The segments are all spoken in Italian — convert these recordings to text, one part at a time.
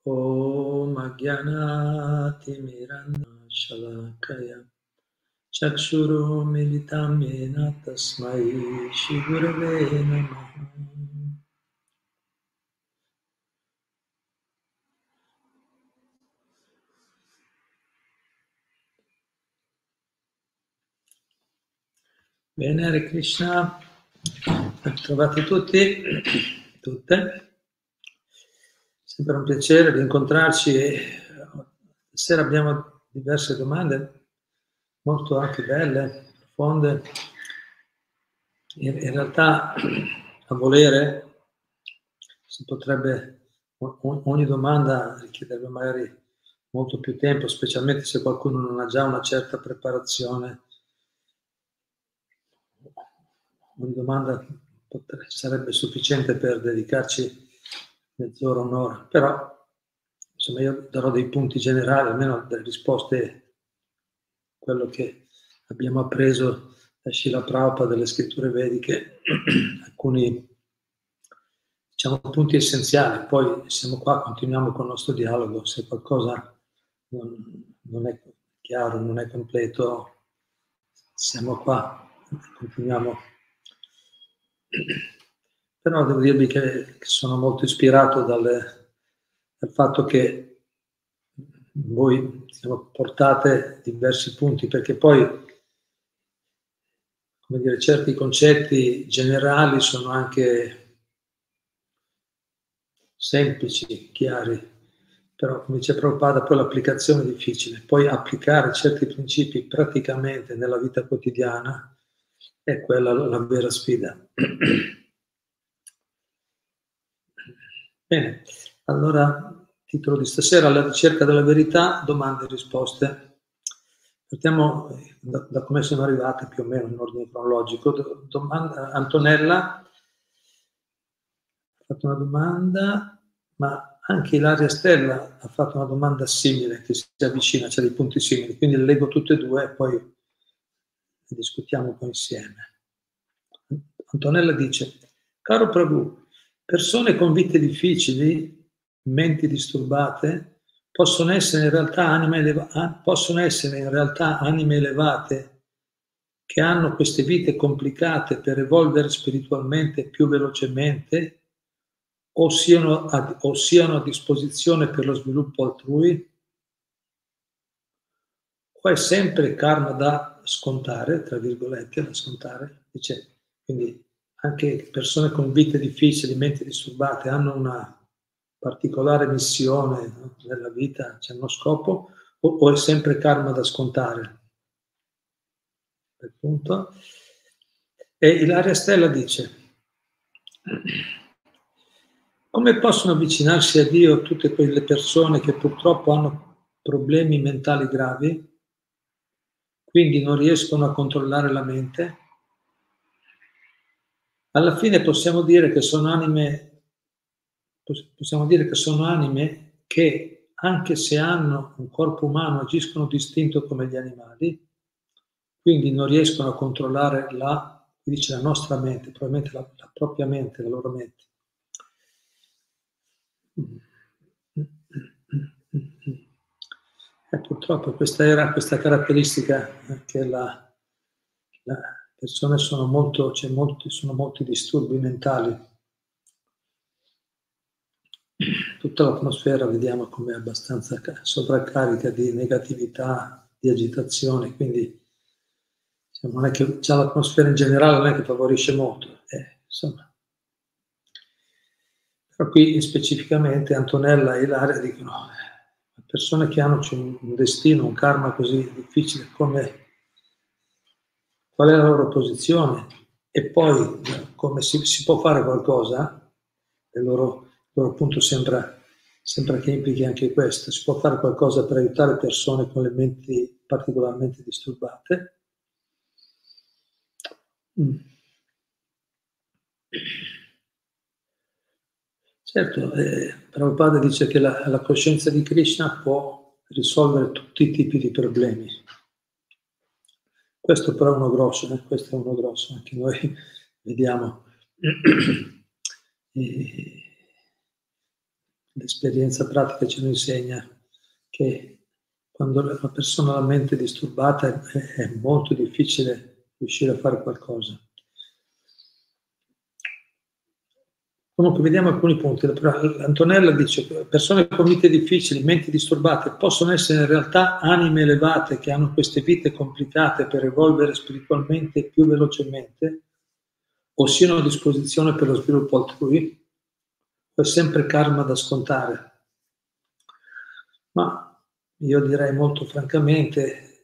Om Ajnanatimirandasya Shalakaya Chakshuru Militam Yena Tasmai Shri Gurave Namaha. Bene, Hare Krishna, trovati tutti, tutte. Sempre un piacere di incontrarci. Stasera abbiamo diverse domande, molto anche belle, profonde. In realtà, a volere, si potrebbe, ogni domanda richiederebbe magari molto più tempo, specialmente se qualcuno non ha già una certa preparazione. Ogni domanda sarebbe sufficiente per dedicarci mezz'ora, un'ora, però insomma io darò dei punti generali, almeno delle risposte, quello che abbiamo appreso da Srila Prabhupada delle scritture vediche, alcuni diciamo punti essenziali, poi siamo qua, continuiamo con il nostro dialogo, se qualcosa non è chiaro, non è completo, siamo qua, continuiamo. Però devo dirvi che sono molto ispirato dal fatto che voi portate diversi punti, perché poi, come dire, certi concetti generali sono anche semplici, chiari, però come dice Prabhupada, poi l'applicazione è difficile. Poi applicare certi principi praticamente nella vita quotidiana è quella la vera sfida. Bene, allora, titolo di stasera, alla ricerca della verità, domande e risposte. Partiamo da come sono arrivate più o meno in ordine cronologico. Antonella ha fatto una domanda, ma anche Ilaria Stella ha fatto una domanda simile, che si avvicina, c'è dei punti simili, quindi le leggo tutte e due e poi le discutiamo poi insieme. Antonella dice: caro Prabhu, persone con vite difficili, menti disturbate, possono essere in realtà anime elevate che hanno queste vite complicate per evolvere spiritualmente più velocemente o siano a disposizione per lo sviluppo altrui? O è sempre karma da scontare, tra virgolette, da scontare? Dice, quindi anche persone con vite difficili, menti disturbate, hanno una particolare missione, no, nella vita, c'è uno scopo, o è sempre karma da scontare? Per punto. E Ilaria Stella dice: come possono avvicinarsi a Dio tutte quelle persone che purtroppo hanno problemi mentali gravi, quindi non riescono a controllare la mente? Alla fine possiamo dire che sono anime che, anche se hanno un corpo umano, agiscono distinto come gli animali, quindi non riescono a controllare la nostra mente, probabilmente la propria mente, la loro mente. Purtroppo questa era questa caratteristica che le persone sono molti disturbi mentali. Tutta l'atmosfera vediamo come è abbastanza sovraccarica di negatività, di agitazione, quindi non è che già l'atmosfera in generale non è che favorisce molto, insomma. Però qui specificamente Antonella e Ilaria dicono: persone che hanno un destino, un karma così difficile, qual è la loro posizione? E poi come si può fare qualcosa? Il loro punto sembra che implichi anche questo: si può fare qualcosa per aiutare persone con le menti particolarmente disturbate? Certo, Prabhupada dice che la coscienza di Krishna può risolvere tutti i tipi di problemi. Questo però è uno grosso, anche noi vediamo l'esperienza pratica ce lo insegna, che quando una persona ha la mente disturbata è molto difficile riuscire a fare qualcosa. Comunque vediamo alcuni punti. Antonella dice: persone con vite difficili, menti disturbate, possono essere in realtà anime elevate che hanno queste vite complicate per evolvere spiritualmente più velocemente, o siano a disposizione per lo sviluppo altrui, o è sempre karma da scontare? Ma io direi molto francamente,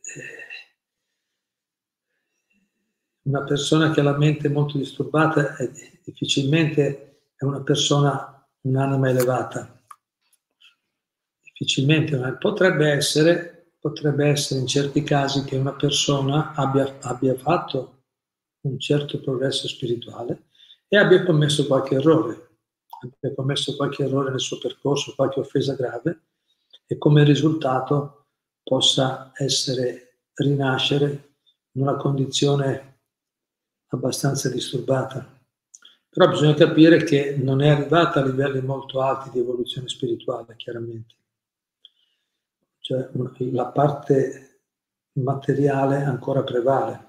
una persona che ha la mente molto disturbata difficilmente è una persona, un'anima elevata. Difficilmente, ma potrebbe essere in certi casi che una persona abbia fatto un certo progresso spirituale e abbia commesso qualche errore nel suo percorso, qualche offesa grave, e come risultato possa rinascere in una condizione abbastanza disturbata. Però bisogna capire che non è arrivata a livelli molto alti di evoluzione spirituale, chiaramente. Cioè la parte materiale ancora prevale.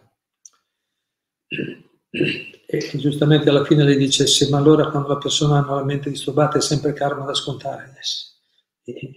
E giustamente alla fine le dice: sì, ma allora quando la persona ha la mente disturbata è sempre karma da scontare. E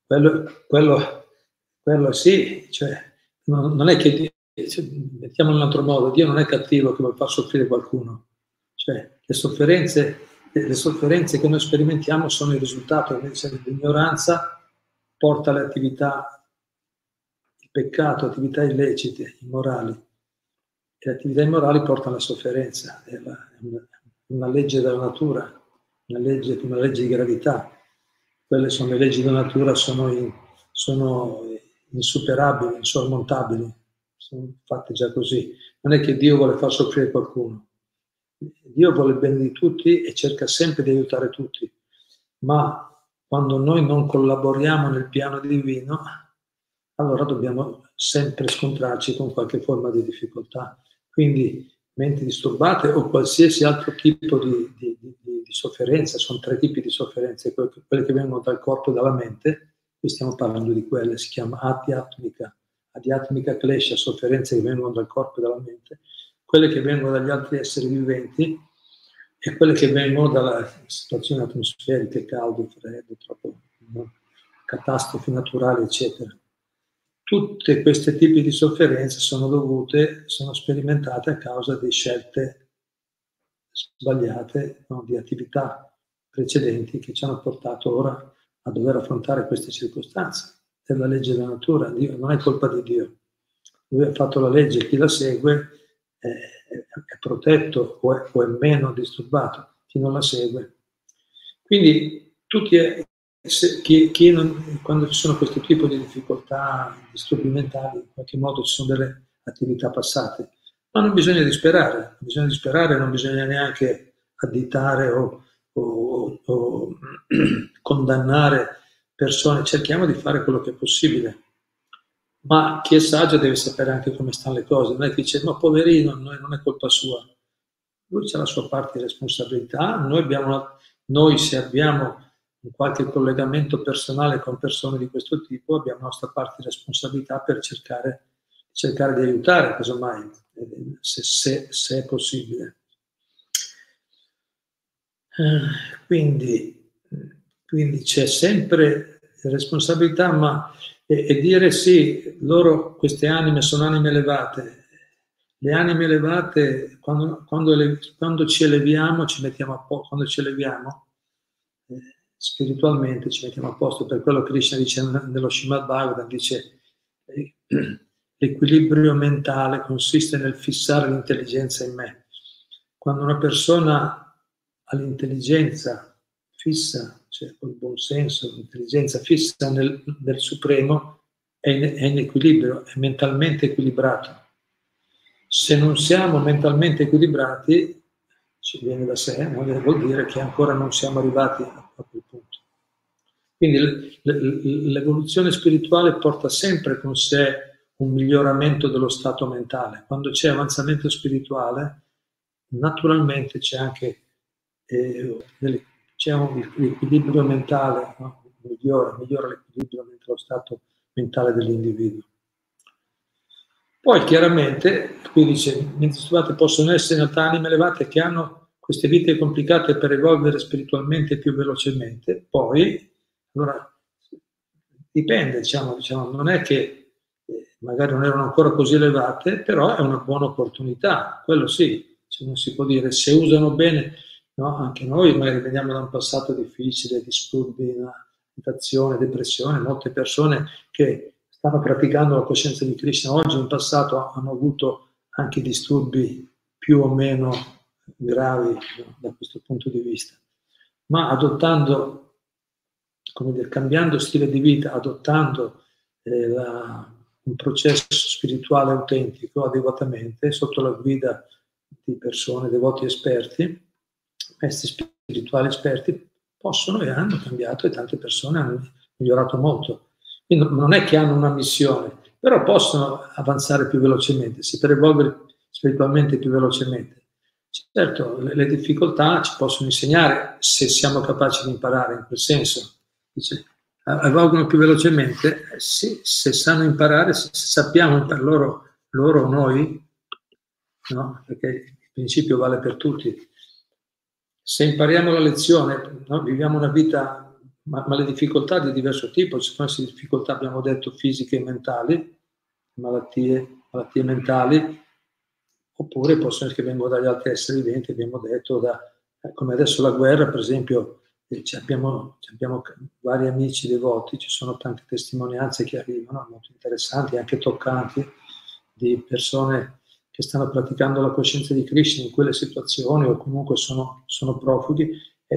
quello sì, cioè, non è che, mettiamo in un altro modo, Dio non è cattivo che vuole far soffrire qualcuno. Cioè, le sofferenze che noi sperimentiamo sono il risultato invece dell'ignoranza, porta alle attività, il peccato, attività illecite, immorali. E le attività immorali portano alla sofferenza. È una legge della natura, una legge di gravità. Quelle sono le leggi della natura, sono insuperabili, insormontabili, sono fatte già così. Non è che Dio vuole far soffrire qualcuno. Dio vuole il bene di tutti e cerca sempre di aiutare tutti, ma quando noi non collaboriamo nel piano divino, allora dobbiamo sempre scontrarci con qualche forma di difficoltà. Quindi menti disturbate o qualsiasi altro tipo di sofferenza, sono 3 tipi di sofferenze, quelle che vengono dal corpo e dalla mente, qui stiamo parlando di quelle, si chiama adhyatmika klesha, sofferenze che vengono dal corpo e dalla mente, quelle che vengono dagli altri esseri viventi e quelle che vengono dalla situazione atmosferica, caldo, freddo, troppo, catastrofi naturali, eccetera. Tutti questi tipi di sofferenze sono sperimentate a causa di scelte sbagliate, di attività precedenti che ci hanno portato ora a dover affrontare queste circostanze. È la legge della natura, Dio, non è colpa di Dio. Lui ha fatto la legge, chi la segue è protetto o è meno disturbato, chi non la segue. Quindi quando ci sono questo tipo di difficoltà, disturbi mentali, in qualche modo ci sono delle attività passate, ma non bisogna disperare, non bisogna neanche additare o condannare persone, cerchiamo di fare quello che è possibile. Ma chi è saggio deve sapere anche come stanno le cose, non è che dice: ma poverino, non è colpa sua. Lui ha la sua parte di responsabilità, noi se abbiamo un qualche collegamento personale con persone di questo tipo, abbiamo la nostra parte di responsabilità per cercare di aiutare, casomai, se è possibile. Quindi c'è sempre responsabilità, ma e dire sì, queste anime sono anime elevate. Le anime elevate, quando ci eleviamo, ci mettiamo a posto, quando ci eleviamo spiritualmente ci mettiamo a posto. Per quello Krishna dice nello Srimad Bhagavatam, dice l'equilibrio mentale consiste nel fissare l'intelligenza in me. Quando una persona ha l'intelligenza fissa, cioè col buon senso, l'intelligenza fissa nel Supremo, è in equilibrio, è mentalmente equilibrato. Se non siamo mentalmente equilibrati, ci viene da sé, vuol dire che ancora non siamo arrivati a quel punto. Quindi l'evoluzione spirituale porta sempre con sé un miglioramento dello stato mentale. Quando c'è avanzamento spirituale, naturalmente c'è anche c'è un equilibrio mentale, no? migliora l'equilibrio lo stato mentale dell'individuo. Poi chiaramente, qui dice, menti disturbate possono essere in realtà anime elevate che hanno queste vite complicate per evolvere spiritualmente più velocemente. Poi, allora, dipende, diciamo, non è che magari non erano ancora così elevate, però è una buona opportunità, quello sì, non si può dire, se usano bene, no? Anche noi magari veniamo da un passato difficile, disturbi, meditazione, depressione, molte persone che stanno praticando la coscienza di Krishna oggi in passato hanno avuto anche disturbi più o meno gravi, no? Da questo punto di vista, ma adottando, come dire, cambiando stile di vita, adottando un processo spirituale autentico adeguatamente sotto la guida di persone, devoti esperti, maestri spirituali esperti, possono e hanno cambiato e tante persone hanno migliorato molto. Quindi non è che hanno una missione, però possono avanzare più velocemente, si per evolvere spiritualmente più velocemente. Certo, le difficoltà ci possono insegnare se siamo capaci di imparare in quel senso. Dice, evolvono più velocemente? Sì, se sanno imparare, se sappiamo per loro o noi, no? Perché il principio vale per tutti. Se impariamo la lezione, no? Viviamo una vita, ma le difficoltà di diverso tipo, ci sono queste difficoltà, abbiamo detto, fisiche e mentali, malattie mentali, oppure possono essere che vengono dagli altri esseri viventi, abbiamo detto, come adesso la guerra, per esempio, abbiamo vari amici devoti, ci sono tante testimonianze che arrivano, molto interessanti, anche toccanti, di persone che stanno praticando la coscienza di Krishna in quelle situazioni o comunque sono profughi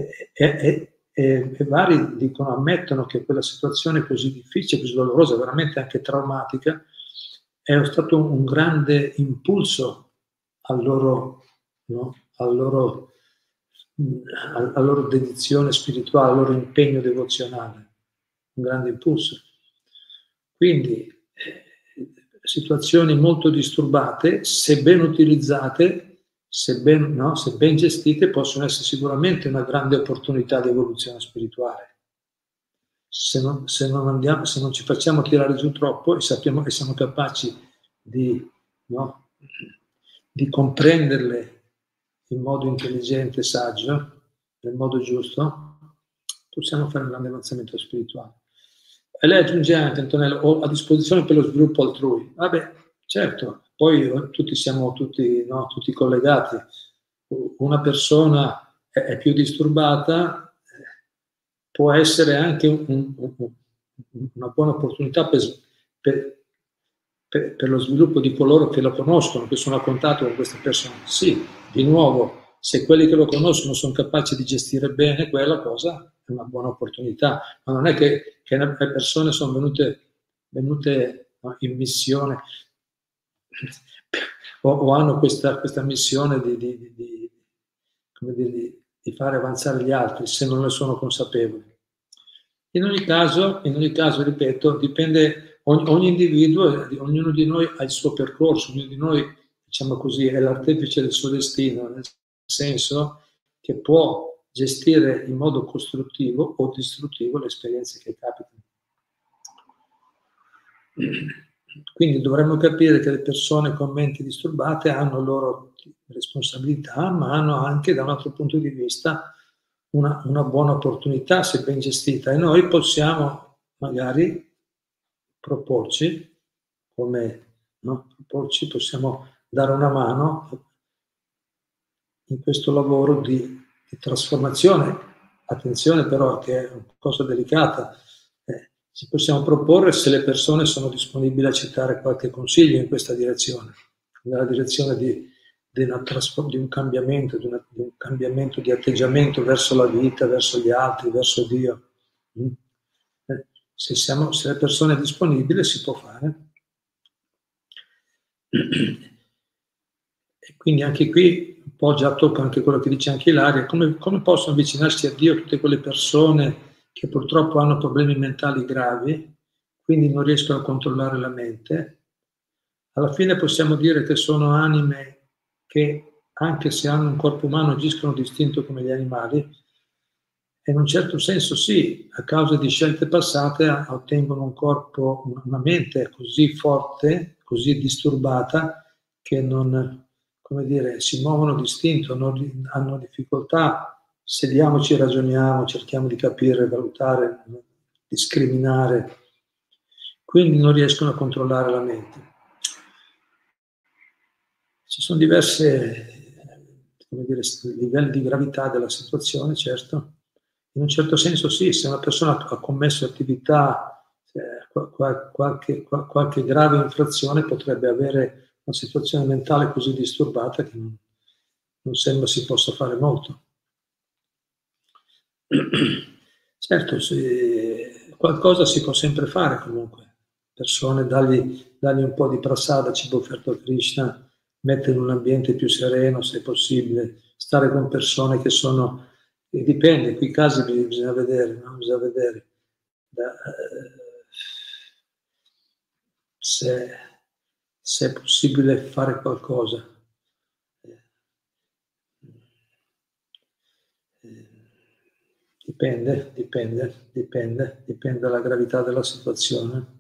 e vari dicono, ammettono che quella situazione così difficile, così dolorosa, veramente anche traumatica, è stato un grande impulso alla loro dedizione spirituale, al loro impegno devozionale, un grande impulso. Quindi situazioni molto disturbate, se ben utilizzate, se ben gestite, possono essere sicuramente una grande opportunità di evoluzione spirituale. Se non ci facciamo tirare giù troppo e siamo capaci di comprenderle in modo intelligente e saggio, nel modo giusto, possiamo fare un grande avanzamento spirituale. E lei aggiunge anche, Antonello, ho a disposizione per lo sviluppo altrui. Vabbè, certo, poi siamo tutti collegati. Una persona è più disturbata, può essere anche una buona opportunità per lo sviluppo di coloro che lo conoscono, che sono a contatto con questa persona. Sì, di nuovo, se quelli che lo conoscono sono capaci di gestire bene quella cosa, è una buona opportunità, ma non è che le persone sono venute in missione o hanno questa missione di fare avanzare gli altri se non ne sono consapevoli. In ogni caso, ripeto, dipende, ogni individuo, ognuno di noi ha il suo percorso, ognuno di noi, diciamo così, è l'artefice del suo destino, nel senso che può gestire in modo costruttivo o distruttivo le esperienze che capitano. Quindi dovremmo capire che le persone con menti disturbate hanno loro responsabilità, ma hanno anche, da un altro punto di vista, una buona opportunità se ben gestita, e noi possiamo magari proporci, possiamo dare una mano in questo lavoro di trasformazione. Attenzione però, che è una cosa delicata, ci possiamo proporre se le persone sono disponibili a accettare qualche consiglio in questa direzione, nella direzione di un cambiamento, di un cambiamento di atteggiamento verso la vita, verso gli altri, verso Dio. Se le persone sono disponibili si può fare. E quindi anche qui un po' già tocca anche quello che dice anche Ilaria, come possono avvicinarsi a Dio tutte quelle persone che purtroppo hanno problemi mentali gravi, quindi non riescono a controllare la mente. Alla fine possiamo dire che sono anime che, anche se hanno un corpo umano, agiscono distinto come gli animali, E in un certo senso sì, a causa di scelte passate ottengono un corpo, una mente così forte, così disturbata, che non, come dire, si muovono distinto, hanno difficoltà, sediamoci, ragioniamo, cerchiamo di capire, valutare, discriminare, quindi non riescono a controllare la mente. Ci sono diversi, come dire, livelli di gravità della situazione, certo. In un certo senso sì, se una persona ha commesso attività, qualche grave infrazione, potrebbe avere una situazione mentale così disturbata che non sembra si possa fare molto. Certo, qualcosa si può sempre fare comunque. Persone, dargli un po' di prasada, cibo offerto a Krishna, mettere in un ambiente più sereno se è possibile, stare con persone che sono... Dipende, qui i casi bisogna vedere, no? Bisogna vedere se è possibile fare qualcosa. Dipende dalla gravità della situazione.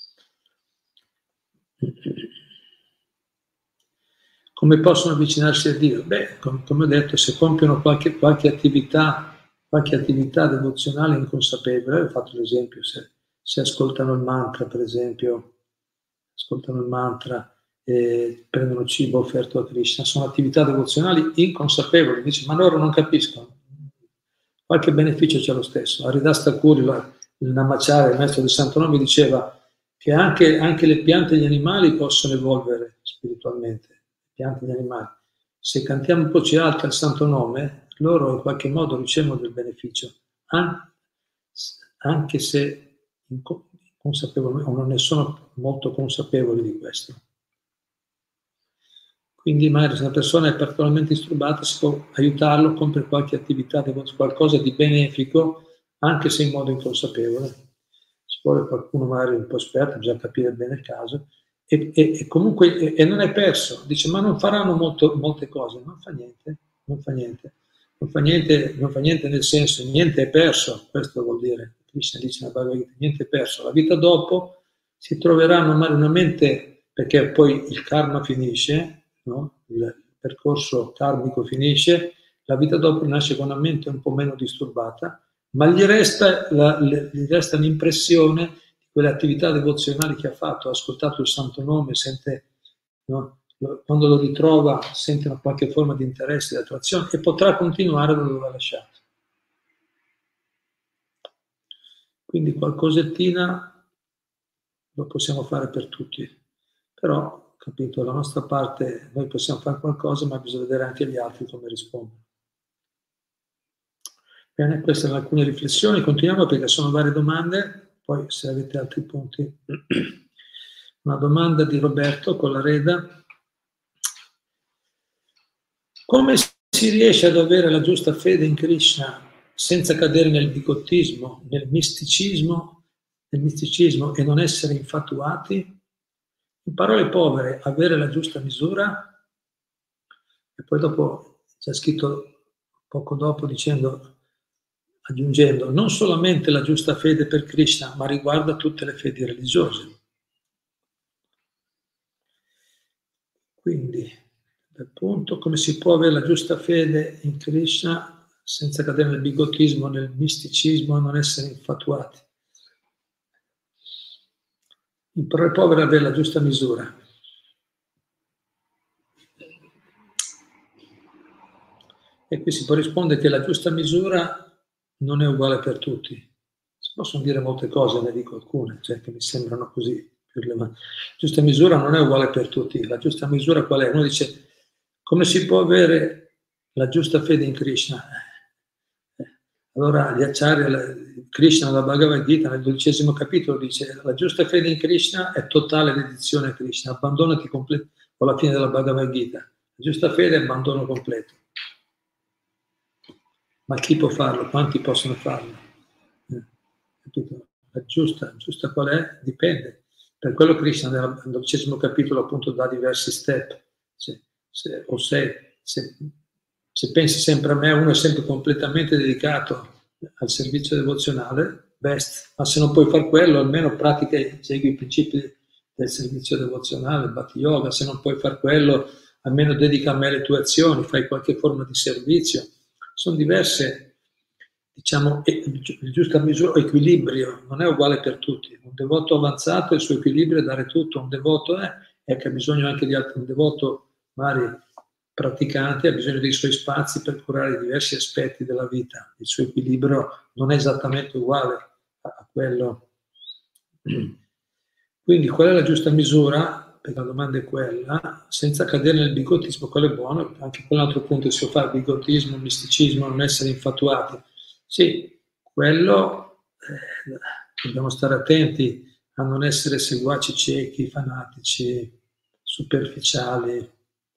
Come possono avvicinarsi a Dio? Beh, come ho detto, se compiono qualche attività devozionale inconsapevole, ho fatto l'esempio, se ascoltano il mantra, per esempio, prendono cibo offerto a Krishna, sono attività devozionali inconsapevoli, dice, ma loro non capiscono. Qualche beneficio c'è lo stesso. Haridas Thakur, il Namacharya, il maestro del Santo Nome, diceva che anche le piante e gli animali possono evolvere spiritualmente. Piante e gli animali. Se cantiamo voce alta il Santo Nome, loro in qualche modo ricevono del beneficio, anche se inconsapevolmente, o non ne sono molto consapevoli di questo. Quindi magari se una persona è particolarmente disturbata si può aiutarlo a compiere qualche attività, qualcosa di benefico, anche se in modo inconsapevole. Ci vuole qualcuno magari un po' esperto, bisogna capire bene il caso, e comunque non è perso. Dice, ma non faranno molte cose. Non fa niente nel senso, niente è perso, questo vuol dire. Krishna dice nella Bhagavad Gita, niente è perso. La vita dopo si troveranno magari una mente, perché poi il karma finisce, no? Il percorso karmico finisce, la vita dopo nasce con una mente un po' meno disturbata, ma gli resta l'impressione di quelle attività devozionali che ha fatto, ha ascoltato il Santo Nome, sente, no? Quando lo ritrova sente una qualche forma di interesse, di attrazione e potrà continuare da dove ha lasciato. Quindi qualcosettina lo possiamo fare per tutti, però, capito, la nostra parte, noi possiamo fare qualcosa, ma bisogna vedere anche gli altri come rispondono. Bene, queste sono alcune riflessioni, continuiamo perché sono varie domande, poi se avete altri punti. Una domanda di Roberto Collareda. Come si riesce ad avere la giusta fede in Krishna senza cadere nel bigottismo, nel misticismo e non essere infatuati? In parole povere, avere la giusta misura, e poi dopo c'è scritto poco dopo aggiungendo, non solamente la giusta fede per Krishna, ma riguarda tutte le fedi religiose. Quindi, appunto, come si può avere la giusta fede in Krishna senza cadere nel bigottismo, nel misticismo e non essere infatuati? In parole povere, avere la giusta misura. E qui si può rispondere che la giusta misura non è uguale per tutti. Si possono dire molte cose, ne dico alcune, cioè che mi sembrano così più rilevanti. La giusta misura non è uguale per tutti. La giusta misura qual è? Uno dice, come si può avere la giusta fede in Krishna? Allora gli Acharya, Krishna, la Bhagavad Gita, nel 12° capitolo dice, la giusta fede in Krishna è totale dedizione a Krishna, abbandonati completo, o alla fine della Bhagavad Gita. La giusta fede è abbandono completo. Ma chi può farlo? Quanti possono farlo? Capito? La giusta qual è? Dipende. Per quello Krishna nel 12° capitolo appunto dà diversi step. Se pensi sempre a me, uno è sempre completamente dedicato al servizio devozionale, best, ma se non puoi fare quello, almeno pratica e segui i principi del servizio devozionale, Bhakti Yoga. Se non puoi fare quello, almeno dedica a me le tue azioni, fai qualche forma di servizio. Sono diverse, diciamo, il giusta misura o equilibrio non è uguale per tutti. Un devoto avanzato, il suo equilibrio è dare tutto, un devoto è che ha bisogno anche di altri, un devoto magari praticante ha bisogno dei suoi spazi per curare diversi aspetti della vita. Il suo equilibrio non è esattamente uguale a quello. Quindi qual è la giusta misura? Perché la domanda è quella, senza cadere nel bigottismo. Quello è buono, anche quell'altro punto si fa, bigottismo, misticismo, non essere infatuati. Sì, quello dobbiamo stare attenti a non essere seguaci ciechi, fanatici, superficiali.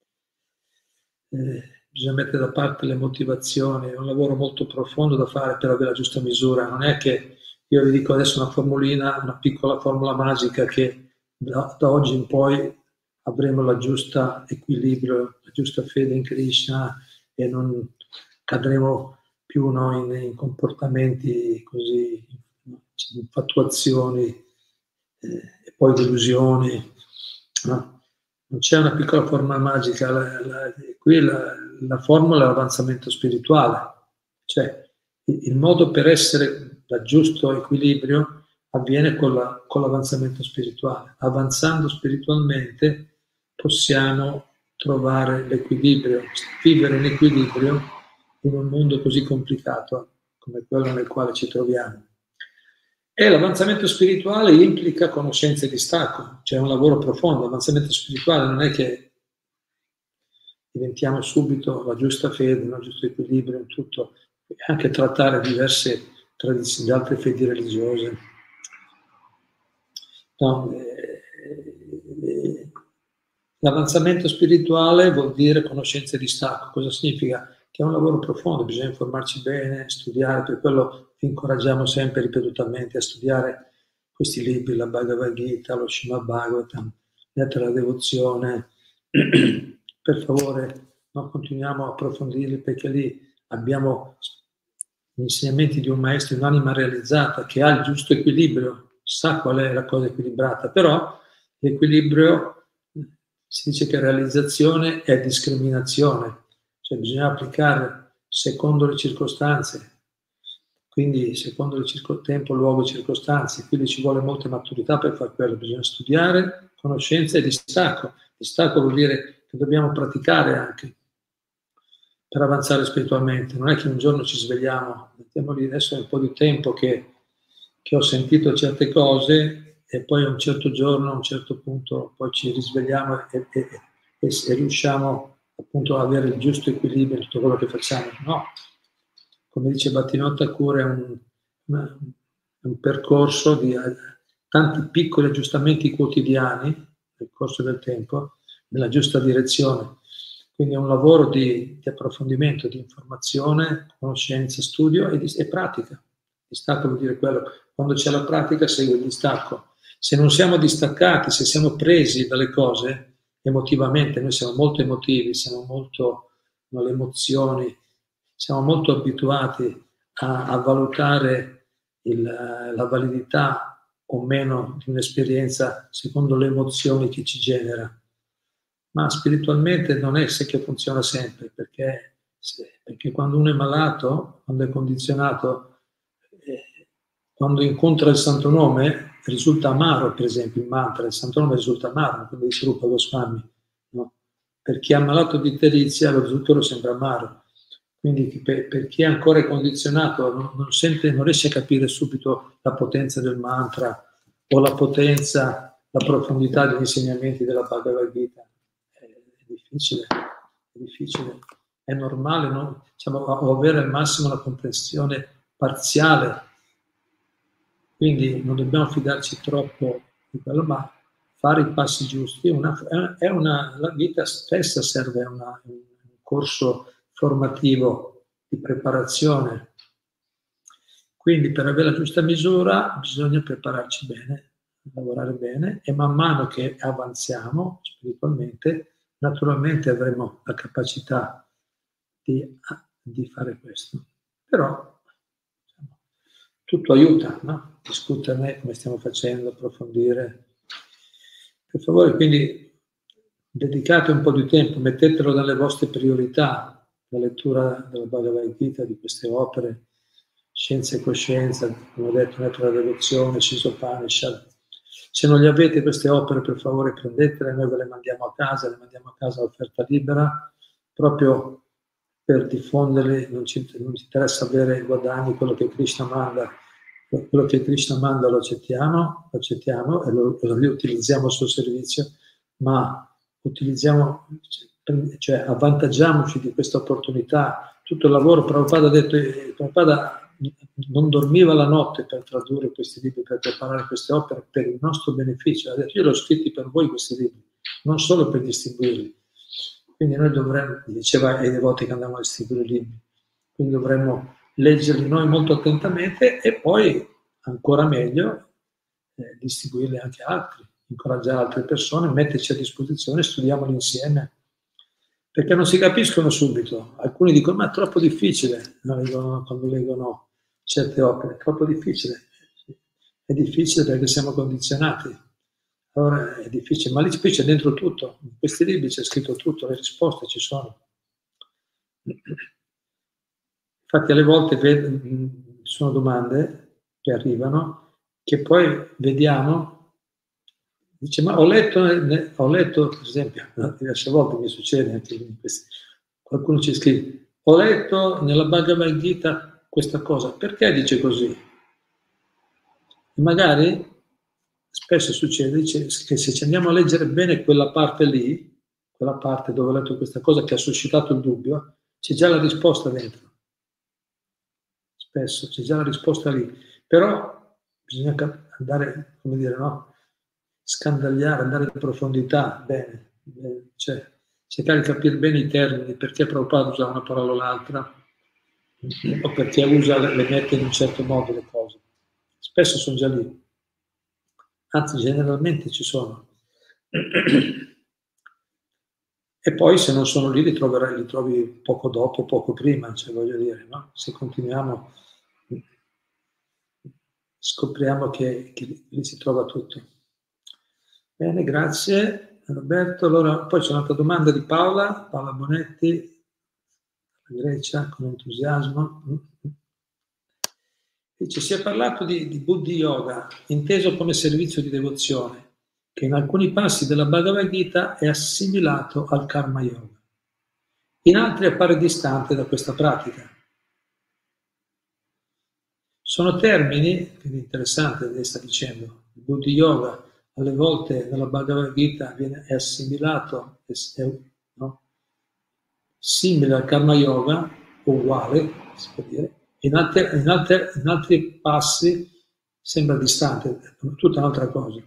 Bisogna mettere da parte le motivazioni, è un lavoro molto profondo da fare per avere la giusta misura. Non è che io vi dico adesso una formulina, una piccola formula magica che da oggi in poi avremo la giusta equilibrio, la giusta fede in Krishna e non cadremo più in comportamenti così, infatuazioni e poi delusioni. No? Non c'è una piccola formula magica, qui la formula è l'avanzamento spirituale, cioè il modo per essere da giusto equilibrio avviene con l'avanzamento spirituale. Avanzando spiritualmente possiamo trovare l'equilibrio, vivere in equilibrio in un mondo così complicato come quello nel quale ci troviamo. E l'avanzamento spirituale implica conoscenza e distacco, cioè un lavoro profondo. L'avanzamento spirituale non è che diventiamo subito la giusta fede, il giusto equilibrio in tutto, anche trattare diverse tradizioni, altre fedi religiose. No, l'avanzamento spirituale vuol dire conoscenza e distacco. Cosa significa? Che è un lavoro profondo, bisogna informarci bene, studiare, per quello vi incoraggiamo sempre ripetutamente a studiare questi libri, la Bhagavad Gita, lo Srimad Bhagavatam, la devozione. Per favore, non continuiamo a approfondirli perché lì abbiamo gli insegnamenti di un maestro, un'anima realizzata che ha il giusto equilibrio, sa qual è la cosa equilibrata, però l'equilibrio si dice che realizzazione è discriminazione, cioè bisogna applicare secondo le circostanze, quindi secondo il tempo, luogo e circostanze, quindi ci vuole molta maturità per fare quello, bisogna studiare, conoscenza e distacco. Distacco vuol dire che dobbiamo praticare anche per avanzare spiritualmente, non è che un giorno ci svegliamo, mettiamo lì, adesso è un po' di tempo che ho sentito certe cose e poi a un certo giorno, a un certo punto, poi ci risvegliamo e riusciamo appunto ad avere il giusto equilibrio in tutto quello che facciamo. No, come dice Bhattivinoda Thakur, è un percorso di tanti piccoli aggiustamenti quotidiani nel corso del tempo, nella giusta direzione. Quindi è un lavoro di approfondimento, di informazione, conoscenza, studio e pratica. Distacco vuol dire quello. Quando c'è la pratica segue il distacco. Se non siamo distaccati, se siamo presi dalle cose emotivamente, noi siamo molto emotivi, siamo molto alle emozioni, siamo molto abituati a valutare la validità o meno di un'esperienza secondo le emozioni che ci genera. Ma spiritualmente non è che funziona sempre, perché quando uno è malato, quando è condizionato, quando incontra il Santo Nome risulta amaro, per esempio il mantra, il Santo Nome risulta amaro, come dice Rupa Goswami, no? Per chi è ammalato di iterizia lo zucchero sembra amaro, quindi per chi è ancora condizionato non riesce a capire subito la potenza del mantra o la potenza, la profondità degli insegnamenti della Bhagavad Gita. È difficile, è normale, no? Diciamo, avere al massimo la comprensione parziale, quindi non dobbiamo fidarci troppo di quello, ma fare i passi giusti. La vita stessa serve a un corso formativo di preparazione, quindi per avere la giusta misura bisogna prepararci bene, lavorare bene e man mano che avanziamo spiritualmente naturalmente avremo la capacità di fare questo. Però tutto aiuta, no? Discuterne come stiamo facendo, approfondire. Per favore, quindi dedicate un po' di tempo, mettetelo nelle vostre priorità, la lettura della Bhagavad Gita, di queste opere, Scienza e Coscienza, come ho detto, Metodo della Devozione, Shisopanishad. Se non le avete queste opere, per favore prendetele, noi ve le mandiamo a casa a offerta libera, proprio per diffonderle. Non ci interessa avere guadagni, quello che Krishna manda lo accettiamo e lo riutilizziamo al suo servizio, ma cioè avvantaggiamoci di questa opportunità. Tutto il lavoro, Prabhupada ha detto, Prabhupada non dormiva la notte per tradurre questi libri, per preparare queste opere per il nostro beneficio. Ha detto, io l'ho scritti per voi questi libri, non solo per distribuirli. Quindi noi dovremmo, diceva ai devoti che andavano a distribuire i libri, quindi dovremmo leggerli noi molto attentamente e poi, ancora meglio, distribuirli anche a altri, incoraggiare altre persone, metterci a disposizione, studiamoli insieme, perché non si capiscono subito. Alcuni dicono, ma è troppo difficile, quando leggono certe opere, è troppo difficile. È difficile perché siamo condizionati. Allora è difficile, ma lì c'è dentro tutto. In questi libri c'è scritto tutto, le risposte ci sono. Infatti alle volte sono domande che arrivano che poi vediamo, dice, ma ho letto, per esempio, diverse volte mi succede anche in questi, qualcuno ci scrive, ho letto nella Bhagavad Gita questa cosa, perché dice così? E magari spesso succede che se ci andiamo a leggere bene quella parte lì, quella parte dove ho letto questa cosa che ha suscitato il dubbio, c'è già la risposta dentro. Spesso c'è già la risposta lì, però bisogna andare, come dire, no? Scandagliare, andare in profondità, bene, cioè cercare di capire bene i termini, perché Prabhupada usa una parola o l'altra, o perché le mette in un certo modo le cose. Spesso sono già lì, anzi generalmente ci sono. E poi se non sono lì li trovi poco dopo, poco prima, cioè voglio dire, no? Se continuiamo scopriamo che lì si trova tutto. Bene, grazie Roberto. Allora, poi c'è un'altra domanda di Paola Bonetti, la Grecia, con entusiasmo. Dice, si è parlato di Buddhi Yoga, inteso come servizio di devozione, che in alcuni passi della Bhagavad Gita è assimilato al Karma Yoga. In altri appare distante da questa pratica. Sono termini, quindi interessante lei sta dicendo, il Buddhi Yoga alle volte nella Bhagavad Gita è assimilato, no? Simile al Karma Yoga, uguale, si può dire, in altri passi sembra distante, è tutta un'altra cosa.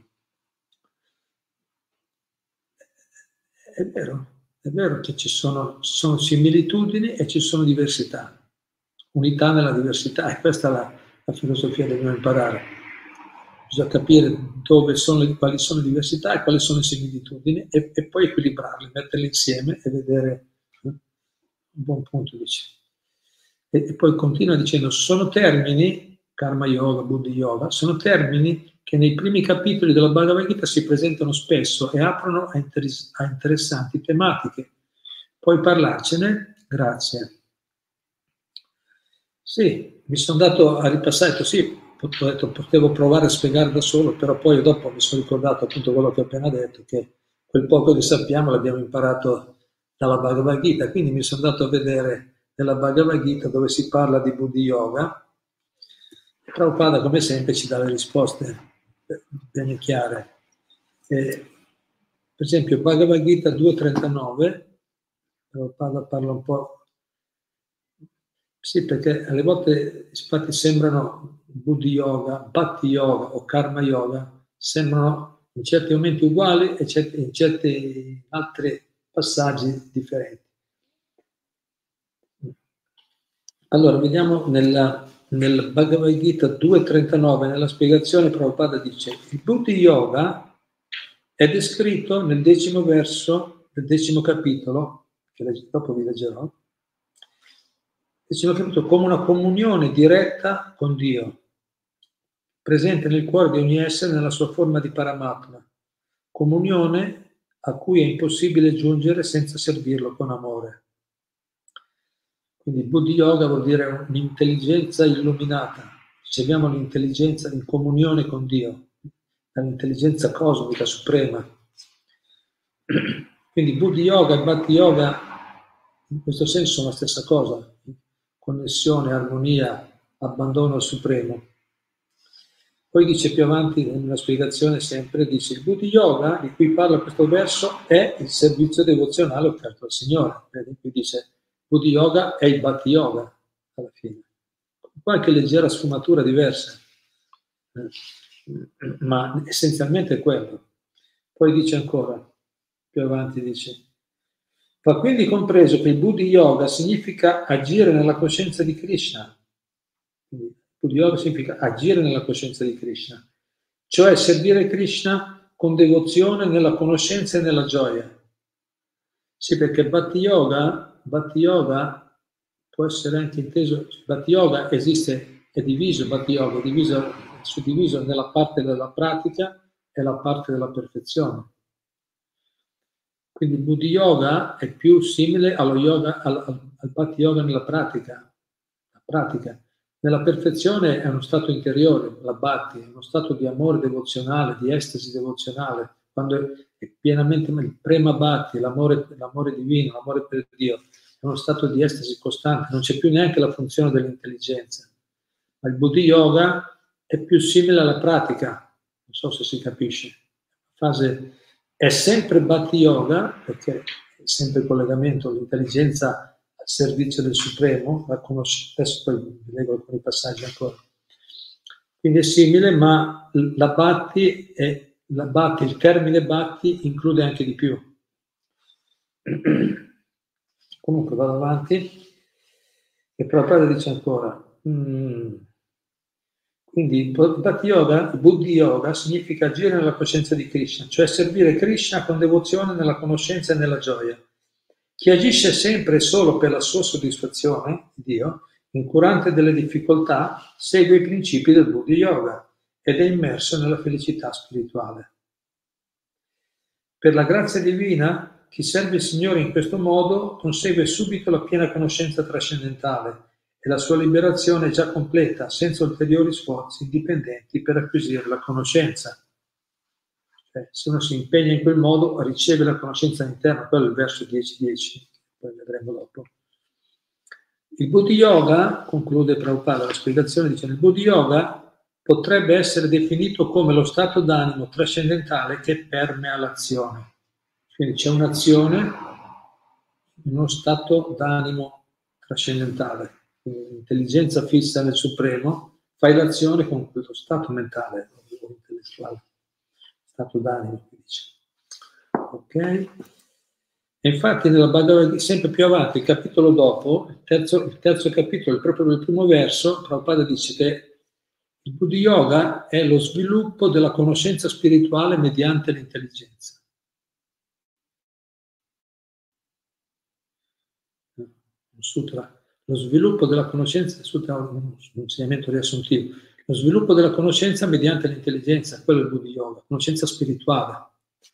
È vero che ci sono similitudini e ci sono diversità, unità nella diversità, e questa è la filosofia che dobbiamo imparare. Bisogna capire quali sono le diversità e quali sono le similitudini e poi equilibrarle, metterle insieme e vedere un buon punto, dice. E poi continua dicendo, sono termini, Karma Yoga, Buddhi Yoga, sono termini che nei primi capitoli della Bhagavad Gita si presentano spesso e aprono a interessanti tematiche. Puoi parlarcene? Grazie. Sì, mi sono dato a ripassare, sì, potevo provare a spiegare da solo, però poi dopo mi sono ricordato appunto quello che ho appena detto, che quel poco che sappiamo l'abbiamo imparato dalla Bhagavad Gita, quindi mi sono andato a vedere nella Bhagavad Gita dove si parla di Buddhi Yoga. Prabhupada come sempre ci dà le risposte bene chiare. Per esempio Bhagavad Gita 2.39, Prabhupada parla un po'. Sì, perché alle volte infatti sembrano Buddhi Yoga, Bhakti Yoga o Karma Yoga, sembrano in certi momenti uguali e in certi altri passaggi differenti. Allora, vediamo nel Bhagavad Gita 2.39, nella spiegazione Prabhupada dice il Buddhi Yoga è descritto nel 10° verso del 10° capitolo, che dopo vi leggerò, come una comunione diretta con Dio. presente nel cuore di ogni essere nella sua forma di Paramatma, comunione a cui è impossibile giungere senza servirlo con amore. Quindi Buddhi Yoga vuol dire un'intelligenza illuminata. Riceviamo l'intelligenza in comunione con Dio, l'intelligenza cosmica suprema. Quindi Buddhi Yoga e Bhakti Yoga in questo senso sono la stessa cosa, connessione, armonia, abbandono al supremo. Poi dice più avanti nella spiegazione sempre, dice il Buddhi Yoga di cui parla questo verso è il servizio devozionale offerto al Signore. Qui dice Buddhi Yoga è il Bhakti Yoga alla fine, con qualche leggera sfumatura diversa, ma essenzialmente è quello. Poi dice ancora, più avanti dice, va quindi compreso che il Buddhi Yoga significa agire nella coscienza di Krishna. Quindi, Buddhi Yoga significa agire nella coscienza di Krishna, cioè servire Krishna con devozione nella conoscenza e nella gioia. Sì, perché Bhakti Yoga può essere anche inteso, Bhakti Yoga esiste, è diviso, Bhakti Yoga è suddiviso nella parte della pratica e la parte della perfezione. Quindi il Buddhi Yoga è più simile allo yoga, al Bhakti Yoga nella pratica. La pratica. Nella perfezione è uno stato interiore, la Bhakti, è uno stato di amore devozionale, di estasi devozionale, quando è pienamente il prema Bhakti, l'amore divino, l'amore per Dio, è uno stato di estasi costante, non c'è più neanche la funzione dell'intelligenza. Ma il Buddhi Yoga è più simile alla pratica, non so se si capisce. La fase è sempre Bhakti Yoga, perché è sempre il collegamento, l'intelligenza al servizio del Supremo, la conoscenza, adesso poi leggo alcuni passaggi ancora. Quindi è simile, ma la Bhakti, il termine Bhakti include anche di più. Comunque vado avanti, e Prabhupada dice ancora, quindi Bhakti Yoga, Buddhi Yoga significa agire nella coscienza di Krishna, cioè servire Krishna con devozione nella conoscenza e nella gioia. Chi agisce sempre e solo per la sua soddisfazione, Dio, incurante delle difficoltà, segue i principi del Buddhi Yoga ed è immerso nella felicità spirituale. Per la grazia divina, chi serve il Signore in questo modo consegue subito la piena conoscenza trascendentale e la sua liberazione è già completa, senza ulteriori sforzi dipendenti per acquisire la conoscenza. Cioè, se uno si impegna in quel modo, riceve la conoscenza interna, quello è il verso 10.10, poi vedremo dopo. Il Buddhi Yoga, conclude Prabhupada la spiegazione, dice, il Buddhi Yoga potrebbe essere definito come lo stato d'animo trascendentale che permea l'azione. Quindi c'è un'azione, uno stato d'animo trascendentale. L'intelligenza fissa nel Supremo, fai l'azione con quello stato mentale o intellettuale, stato d'animo, dice. Ok? E infatti nella Bhagavad Gita, sempre più avanti, il capitolo dopo, il terzo capitolo, proprio nel primo verso, Prabhupada dice che il Buddhi Yoga è lo sviluppo della conoscenza spirituale mediante l'intelligenza. Un sutra. Lo sviluppo della conoscenza, un insegnamento riassuntivo, lo sviluppo della conoscenza mediante l'intelligenza, quello è il Buddhi Yoga, conoscenza spirituale.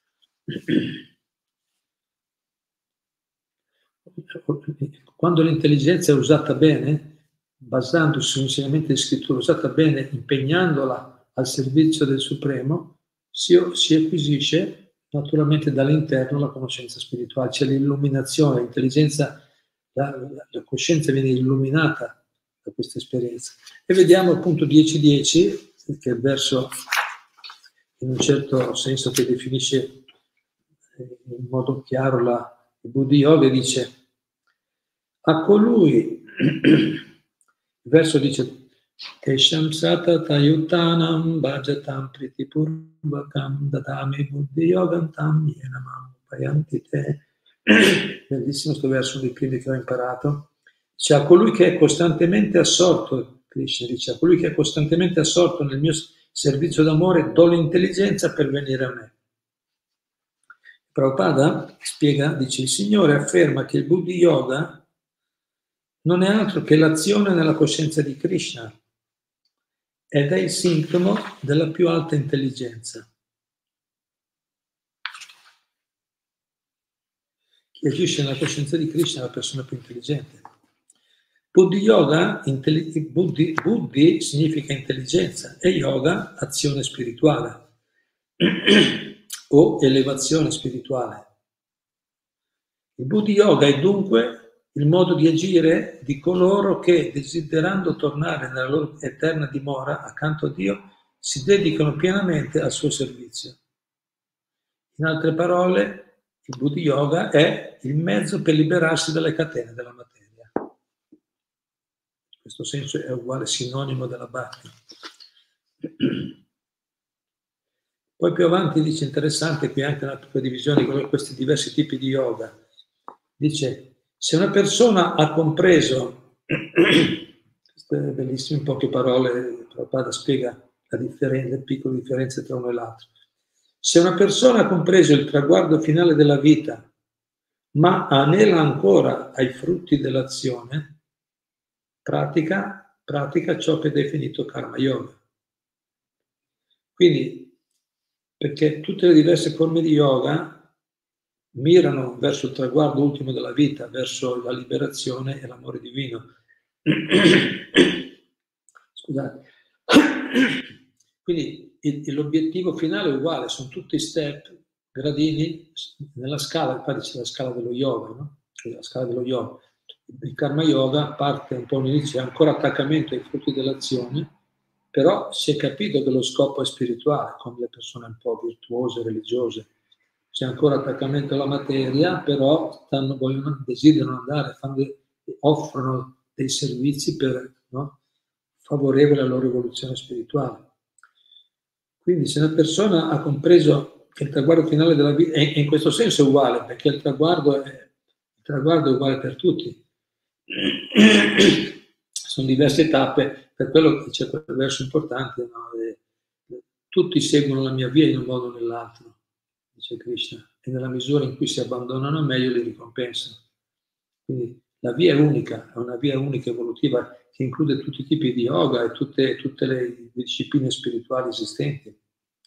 Quando l'intelligenza è usata bene, basandosi su un insegnamento di scrittura, usata bene, impegnandola al servizio del Supremo, si acquisisce naturalmente dall'interno la conoscenza spirituale, c'è l'illuminazione, l'intelligenza, la coscienza viene illuminata da questa esperienza. E vediamo appunto 10.10, che è il verso in un certo senso che definisce in modo chiaro il Buddhi Yoga, dice a colui, il verso dice Tesham satatayutanam bhajatam pritipurvakam dadami Buddhi Yogam tam yenamam payanti te. Bellissimo questo verso, uno dei primi che ho imparato. Dice a colui che è costantemente assorto, Krishna dice, a colui che è costantemente assorto nel mio servizio d'amore, do l'intelligenza per venire a me. Prabhupada spiega, dice, il Signore afferma che il Buddhi Yoga non è altro che l'azione nella coscienza di Krishna ed è il sintomo della più alta intelligenza. Chi agisce nella coscienza di Krishna è la persona più intelligente. Buddhi yoga, buddhi significa intelligenza e yoga azione spirituale o elevazione spirituale. Il Buddhi yoga è dunque il modo di agire di coloro che, desiderando tornare nella loro eterna dimora accanto a Dio, si dedicano pienamente al suo servizio. In altre parole, il Buddhi yoga è il mezzo per liberarsi dalle catene della materia. In questo senso è uguale sinonimo della bhakti. Poi più avanti dice, interessante, qui anche una piccola divisione di questi diversi tipi di yoga. Dice, se una persona ha compreso, questo è bellissimo, in poche parole, Prabhupada spiega le piccole differenze tra uno e l'altro. Se una persona ha compreso il traguardo finale della vita, ma anela ancora ai frutti dell'azione, pratica ciò che è definito karma yoga. Quindi, perché tutte le diverse forme di yoga mirano verso il traguardo ultimo della vita, verso la liberazione e l'amore divino. Scusate. Quindi l'obiettivo finale è uguale, sono tutti step, gradini, nella scala, infatti c'è la scala dello yoga, no? La scala dello yoga. Il karma yoga parte un po' all'inizio, è ancora attaccamento ai frutti dell'azione, però si è capito che lo scopo è spirituale, come le persone un po' virtuose, religiose. C'è ancora attaccamento alla materia, però desiderano andare, offrono dei servizi per, no, favorevoli alla loro evoluzione spirituale. Quindi se una persona ha compreso che il traguardo finale della vita, e in questo senso è uguale, perché il traguardo è uguale per tutti. Sono diverse tappe, per quello che c'è quel verso importante, no? Tutti seguono la mia via in un modo o nell'altro, dice Krishna, e nella misura in cui si abbandonano a me io li ricompenso. Quindi la via è unica, è una via unica evolutiva che include tutti i tipi di yoga e tutte le discipline spirituali esistenti.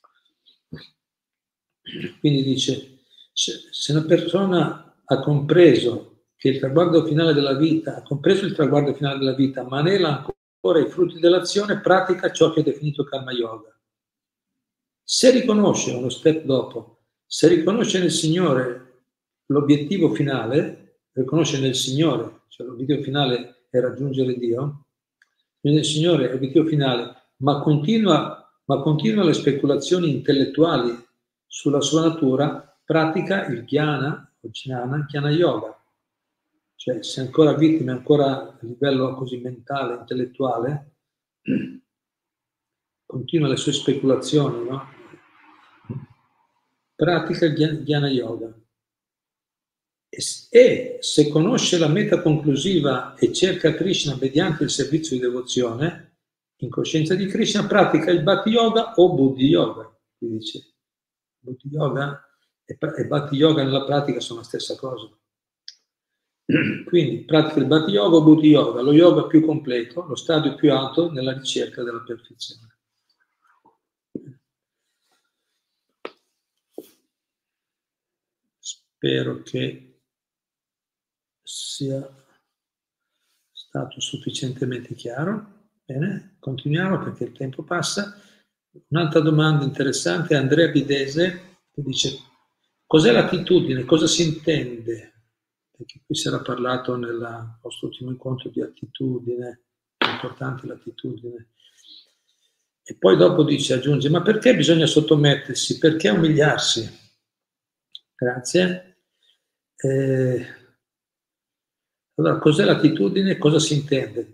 Quindi dice, se una persona ha compreso che il traguardo finale della vita, ha compreso il traguardo finale della vita, ma anela ancora i frutti dell'azione, pratica ciò che è definito karma yoga. Se riconosce, uno step dopo, se riconosce nel Signore l'obiettivo finale, riconosce nel Signore, cioè l'obiettivo finale è raggiungere Dio, nel Signore è l'obiettivo finale, ma continua le speculazioni intellettuali sulla sua natura, pratica il jnana o jnana yoga. Cioè, se è ancora vittima, ancora a livello così mentale, intellettuale, continua le sue speculazioni, no? Pratica il jnana yoga. E se conosce la meta conclusiva e cerca Krishna mediante il servizio di devozione, in coscienza di Krishna, pratica il Bhakti Yoga o Buddhi Yoga. Qui dice, Buddhi Yoga e Bhakti Yoga nella pratica sono la stessa cosa. Quindi pratica il Bhakti Yoga o Buddhi Yoga, lo yoga più completo, lo stadio più alto nella ricerca della perfezione. Spero che sia stato sufficientemente chiaro. Bene, continuiamo perché il tempo passa. Un'altra domanda interessante, Andrea Bidese, che dice, cos'è l'attitudine? Cosa si intende? Perché qui si era parlato nel nostro ultimo incontro di attitudine, è importante l'attitudine. E poi dopo aggiunge, ma perché bisogna sottomettersi? Perché umiliarsi? Grazie. Allora, cos'è l'attitudine e cosa si intende?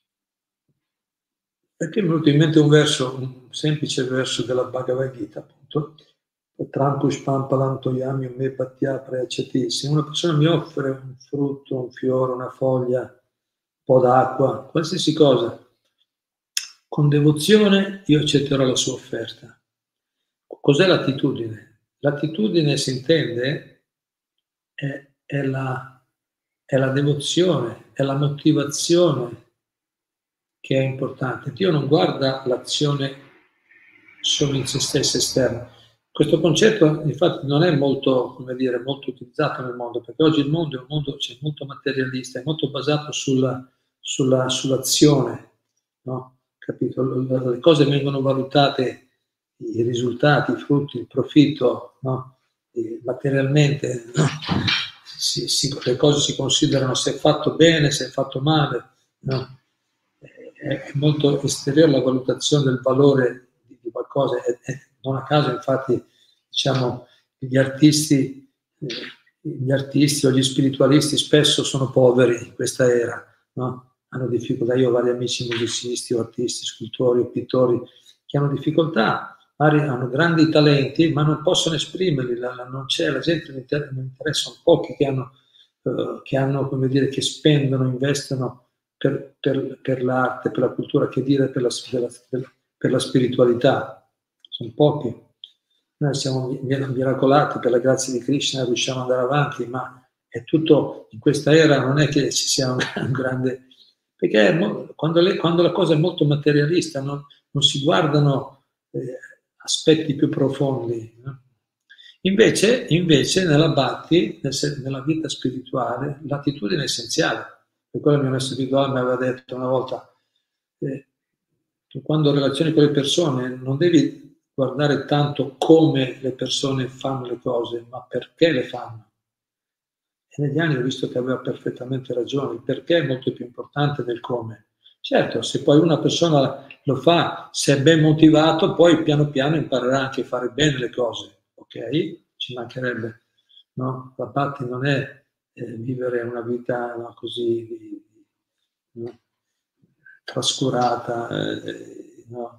Perché mi è venuto in mente un semplice verso della Bhagavad Gita, appunto. Tranpushpam palantoyami me bhattya prayachati. Se una persona mi offre un frutto, un fiore, una foglia, un po' d'acqua, qualsiasi cosa, con devozione io accetterò la sua offerta. Cos'è l'attitudine? L'attitudine, si intende, è la devozione, è la motivazione che è importante. Dio non guarda l'azione solo in se stessa esterna. Questo concetto infatti non è molto, come dire, molto utilizzato nel mondo, perché oggi il mondo è un mondo molto materialista, è molto basato sull'azione, no? Capito? Le cose vengono valutate, i risultati, i frutti, il profitto, no? Materialmente, no? Le cose si considerano se è fatto bene, se è fatto male, no? È molto esteriore la valutazione del valore di qualcosa, non a caso infatti diciamo gli artisti o gli spiritualisti spesso sono poveri in questa era, no? Hanno difficoltà. Io ho vari amici musicisti o artisti, scultori o pittori che hanno difficoltà, hanno grandi talenti ma non possono esprimerli, non c'è, la gente non interessa, sono pochi che hanno come dire, che spendono, investono per l'arte, per la cultura, che dire per la spiritualità. Sono pochi. Noi siamo miracolati, per la grazia di Krishna riusciamo ad andare avanti, ma è tutto, in questa era non è che ci sia un grande... Perché quando la cosa è molto materialista non si guardano aspetti più profondi. No? Invece nella Bhakti, nella vita spirituale, l'attitudine è essenziale. Per quello il mio maestro spirituale mi aveva detto una volta, tu quando relazioni con le persone non devi guardare tanto come le persone fanno le cose, ma perché le fanno. E negli anni ho visto che aveva perfettamente ragione, il perché è molto più importante del come. Certo, se poi una persona lo fa, se è ben motivato, poi piano piano imparerà anche a fare bene le cose, ok? Ci mancherebbe, no? La Bhakti non è vivere una vita no, così no? Trascurata, no?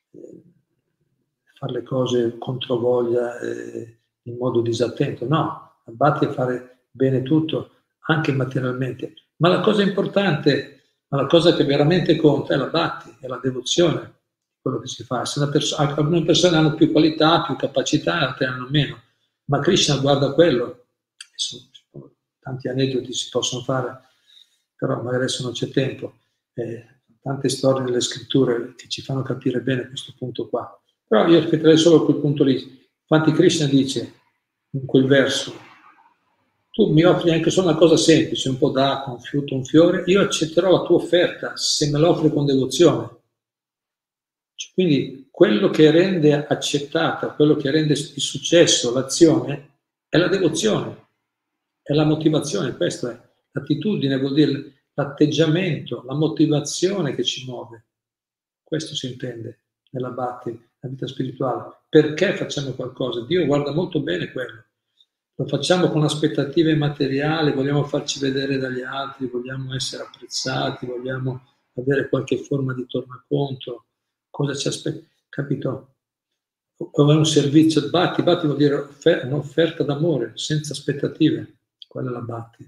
Fare le cose contro voglia, in modo disattento. No, la Bhakti è fare bene tutto, anche materialmente. Ma la cosa importante, ma la cosa che veramente conta è la Bhakti, è la devozione, quello che si fa. Se alcune persone hanno più qualità, più capacità, altre hanno meno. Ma Krishna guarda quello. Tanti aneddoti si possono fare, però magari adesso non c'è tempo. Tante storie nelle scritture che ci fanno capire bene questo punto qua. Però io aspetterei solo quel punto lì. Infatti Krishna dice in quel verso, tu mi offri anche solo una cosa semplice, un po' d'acqua, un frutto, un fiore, io accetterò la tua offerta se me la offri con devozione. Quindi quello che rende accettata, quello che rende di successo l'azione è la devozione, è la motivazione, questa è l'attitudine, vuol dire l'atteggiamento, la motivazione che ci muove. Questo si intende nella Bhakti, nella vita spirituale. Perché facciamo qualcosa? Dio guarda molto bene quello. Lo facciamo con aspettative materiali, vogliamo farci vedere dagli altri, vogliamo essere apprezzati, vogliamo avere qualche forma di tornaconto. Cosa ci aspetta? Capito? Come un servizio Bhakti. Bhakti vuol dire un'offerta d'amore, senza aspettative. Quella è la Bhakti.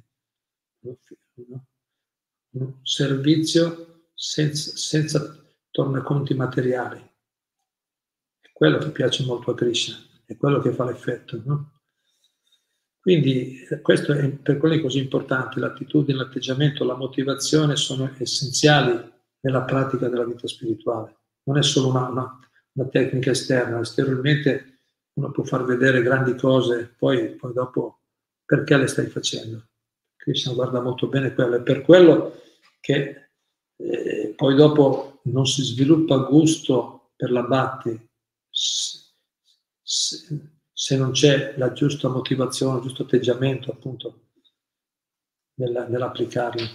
Un servizio senza tornaconti materiali. È quello che piace molto a Krishna, è quello che fa l'effetto, no? Quindi questo è per quello è così importante, l'attitudine, l'atteggiamento, la motivazione sono essenziali nella pratica della vita spirituale. Non è solo una tecnica esterna, esteriormente uno può far vedere grandi cose, poi dopo perché le stai facendo? Krishna guarda molto bene quello, è per quello che poi dopo non si sviluppa gusto per la Bhakti se non c'è la giusta motivazione, il giusto atteggiamento appunto nell'applicarlo.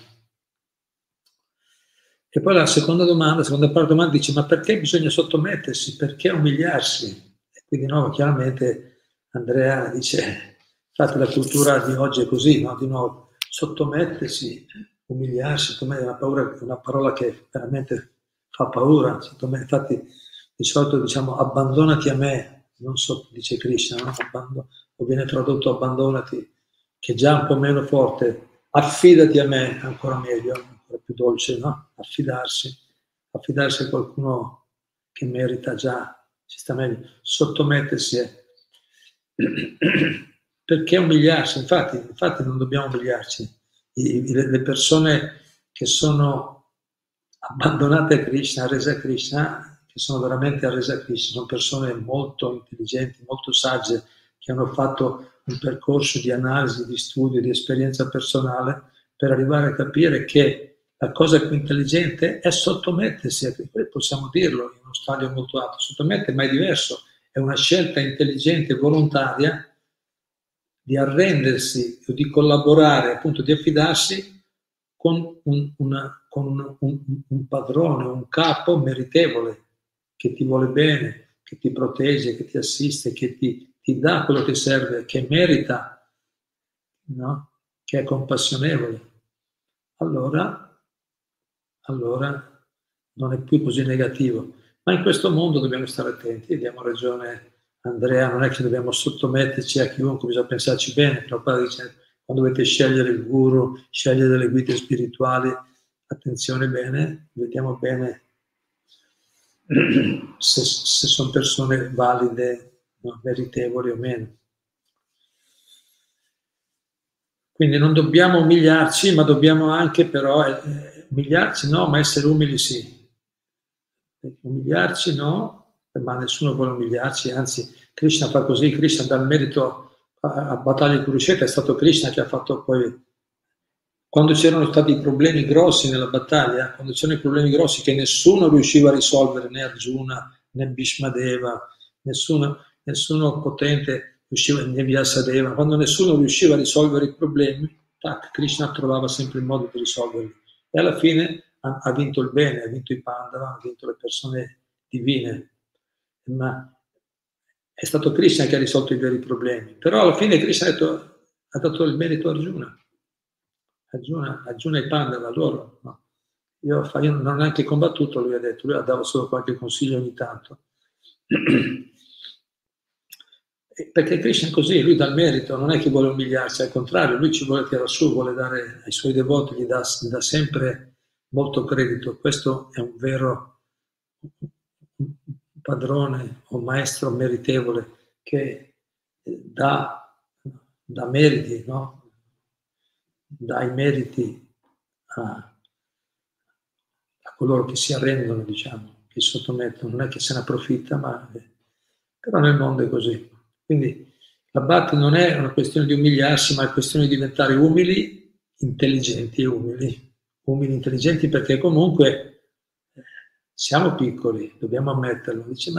E poi la seconda parte della domanda dice ma perché bisogna sottomettersi? Perché umiliarsi? E quindi no, chiaramente Andrea dice infatti la cultura di oggi è così, no? Di nuovo, sottomettersi, umiliarsi, è una parola che veramente fa paura. Infatti di solito diciamo abbandonati a me, non so, dice Krishna, no? O viene tradotto abbandonati, che è già un po' meno forte, affidati a me, ancora meglio, ancora più dolce, no? Affidarsi a qualcuno che merita già, ci sta meglio, sottomettersi perché umiliarsi? Infatti non dobbiamo umiliarci. Le persone che sono abbandonate a Krishna, arrese a Krishna, che sono veramente arrese a Krishna, sono persone molto intelligenti, molto sagge, che hanno fatto un percorso di analisi, di studio, di esperienza personale per arrivare a capire che la cosa più intelligente è sottomettersi, possiamo dirlo in uno stadio molto alto, sottomettere, ma è diverso, è una scelta intelligente e volontaria di arrendersi o di collaborare, appunto di affidarsi con un padrone, un capo meritevole, che ti vuole bene, che ti protegge, che ti assiste, che ti dà quello che serve, che merita, no? Che è compassionevole. Allora non è più così negativo. Ma in questo mondo dobbiamo stare attenti, e diamo ragione Andrea, non è che dobbiamo sottometterci a chiunque, bisogna pensarci bene. Prabhupada dice, quando dovete scegliere il guru, scegliere delle guide spirituali, attenzione bene, vediamo bene se sono persone valide, no, meritevoli o meno. Quindi non dobbiamo umiliarci, ma dobbiamo anche però umiliarci no, ma essere umili sì. Umiliarci no, ma nessuno vuole umiliarci, anzi Krishna fa così, Krishna dà il merito a battaglia di Kurukshetra, è stato Krishna che ha fatto poi, quando c'erano stati problemi grossi nella battaglia, quando c'erano i problemi grossi che nessuno riusciva a risolvere, né Arjuna, né Bhishmadeva, nessuno potente riusciva, né Vyasadeva, quando nessuno riusciva a risolvere i problemi, tac, Krishna trovava sempre il modo di risolverli. E alla fine ha vinto il bene, ha vinto i Pandava, ha vinto le persone divine. Ma è stato Krishna che ha risolto i veri problemi. Però alla fine Krishna ha dato il merito a Arjuna. Arjuna e Pandava, loro. No. Io non ho neanche combattuto, lui ha detto, lui ha dato solo qualche consiglio ogni tanto. Perché Krishna è così, lui dà il merito, non è che vuole umiliarsi, al contrario, lui ci vuole tirare su, vuole dare ai suoi devoti, gli dà sempre molto credito. Questo è un vero padrone o maestro meritevole che dà meriti, no? Dà i meriti a coloro che si arrendono, diciamo, che si sottomettono, non è che se ne approfitta, ma però nel mondo è così. Quindi la Bhakti non è una questione di umiliarsi, ma è questione di diventare umili, intelligenti e umili. Umili, intelligenti perché comunque siamo piccoli, dobbiamo ammetterlo. Dice,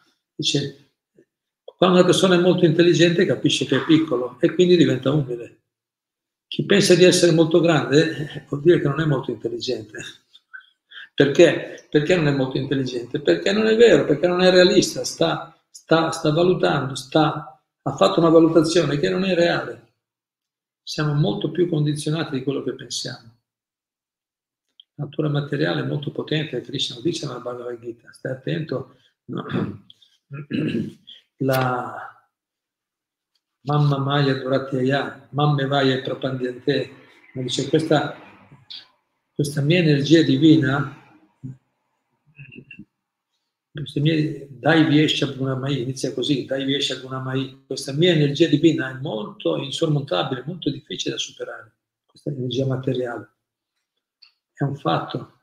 quando una persona è molto intelligente capisce che è piccolo e quindi diventa umile. Chi pensa di essere molto grande vuol dire che non è molto intelligente. Perché? Perché non è molto intelligente? Perché non è vero, perché non è realista, sta valutando, ha fatto una valutazione che non è reale. Siamo molto più condizionati di quello che pensiamo. La natura materiale è molto potente, Krishna lo dice nella Bhagavad Gita, stai attento, no? La Mamma Maya Duratyaya, Mamme Vaya Prapandyante, dice questa mia energia divina, Dai Vyesha Gunamai, inizia così, Dai Vyesha Gunamai, questa mia energia divina è molto insormontabile, molto difficile da superare, questa energia materiale. È un fatto.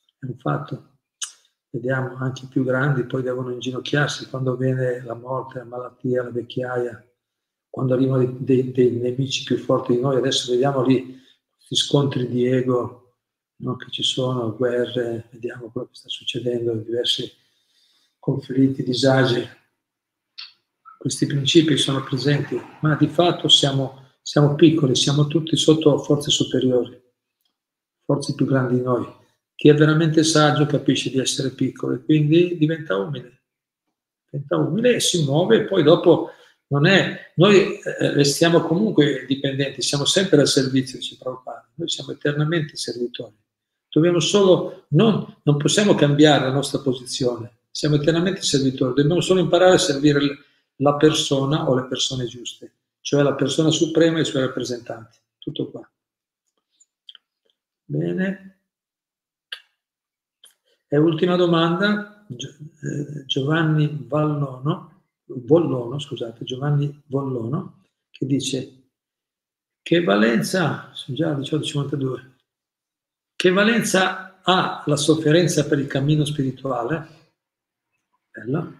Vediamo, anche i più grandi poi devono inginocchiarsi quando viene la morte, la malattia, la vecchiaia, quando arrivano dei nemici più forti di noi. Adesso vediamo lì questi scontri di ego, no, che ci sono, guerre, vediamo quello che sta succedendo, diversi conflitti, disagi. Questi principi sono presenti, ma di fatto siamo piccoli, siamo tutti sotto forze superiori, forze più grandi di noi. Chi è veramente saggio capisce di essere piccolo e quindi diventa umile e si muove e poi dopo noi restiamo comunque dipendenti, siamo sempre al servizio di Prabhupada, noi siamo eternamente servitori. Dobbiamo solo, non possiamo cambiare la nostra posizione, siamo eternamente servitori, dobbiamo solo imparare a servire la persona o le persone giuste, cioè la persona suprema e i suoi rappresentanti. Tutto qua. Bene. E ultima domanda, Giovanni Vollono, che dice, che valenza, sono già 18:52, che valenza ha la sofferenza per il cammino spirituale, bello,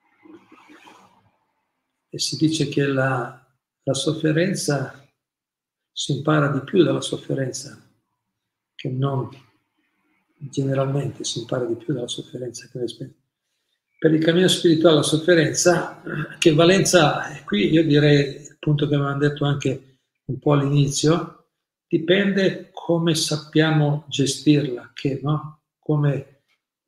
e si dice che la sofferenza si impara di più dalla sofferenza, che non generalmente si impara di più dalla sofferenza che l'esperienza. Per il cammino spirituale la sofferenza, che valenza, qui io direi, il punto che avevamo detto anche un po' all'inizio, dipende come sappiamo gestirla, che, no? Come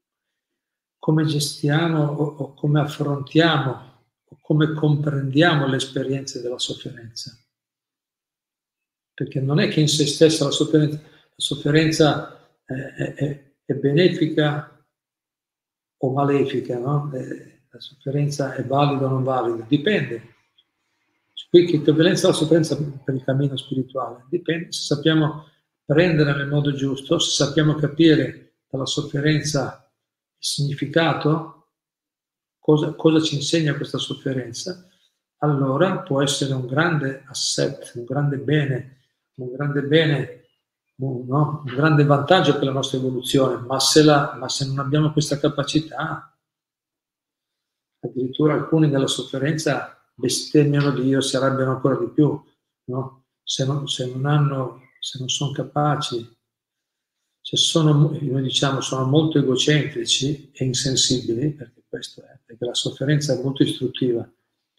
gestiamo o come affrontiamo o come comprendiamo le esperienze della sofferenza. Perché non è che in se stessa la sofferenza è benefica o malefica, no? La sofferenza è valida o non valida, dipende. Qui che violenza la sofferenza per il cammino spirituale dipende se sappiamo prendere nel modo giusto, se sappiamo capire dalla sofferenza il significato, cosa ci insegna questa sofferenza, allora può essere un grande asset, un grande bene, un grande vantaggio per la nostra evoluzione, ma se non abbiamo questa capacità, addirittura alcuni nella sofferenza bestemmiano Dio, si arrabbiano ancora di più, no? Se non sono capaci, noi diciamo sono molto egocentrici e insensibili, perché questo è, perché la sofferenza è molto istruttiva.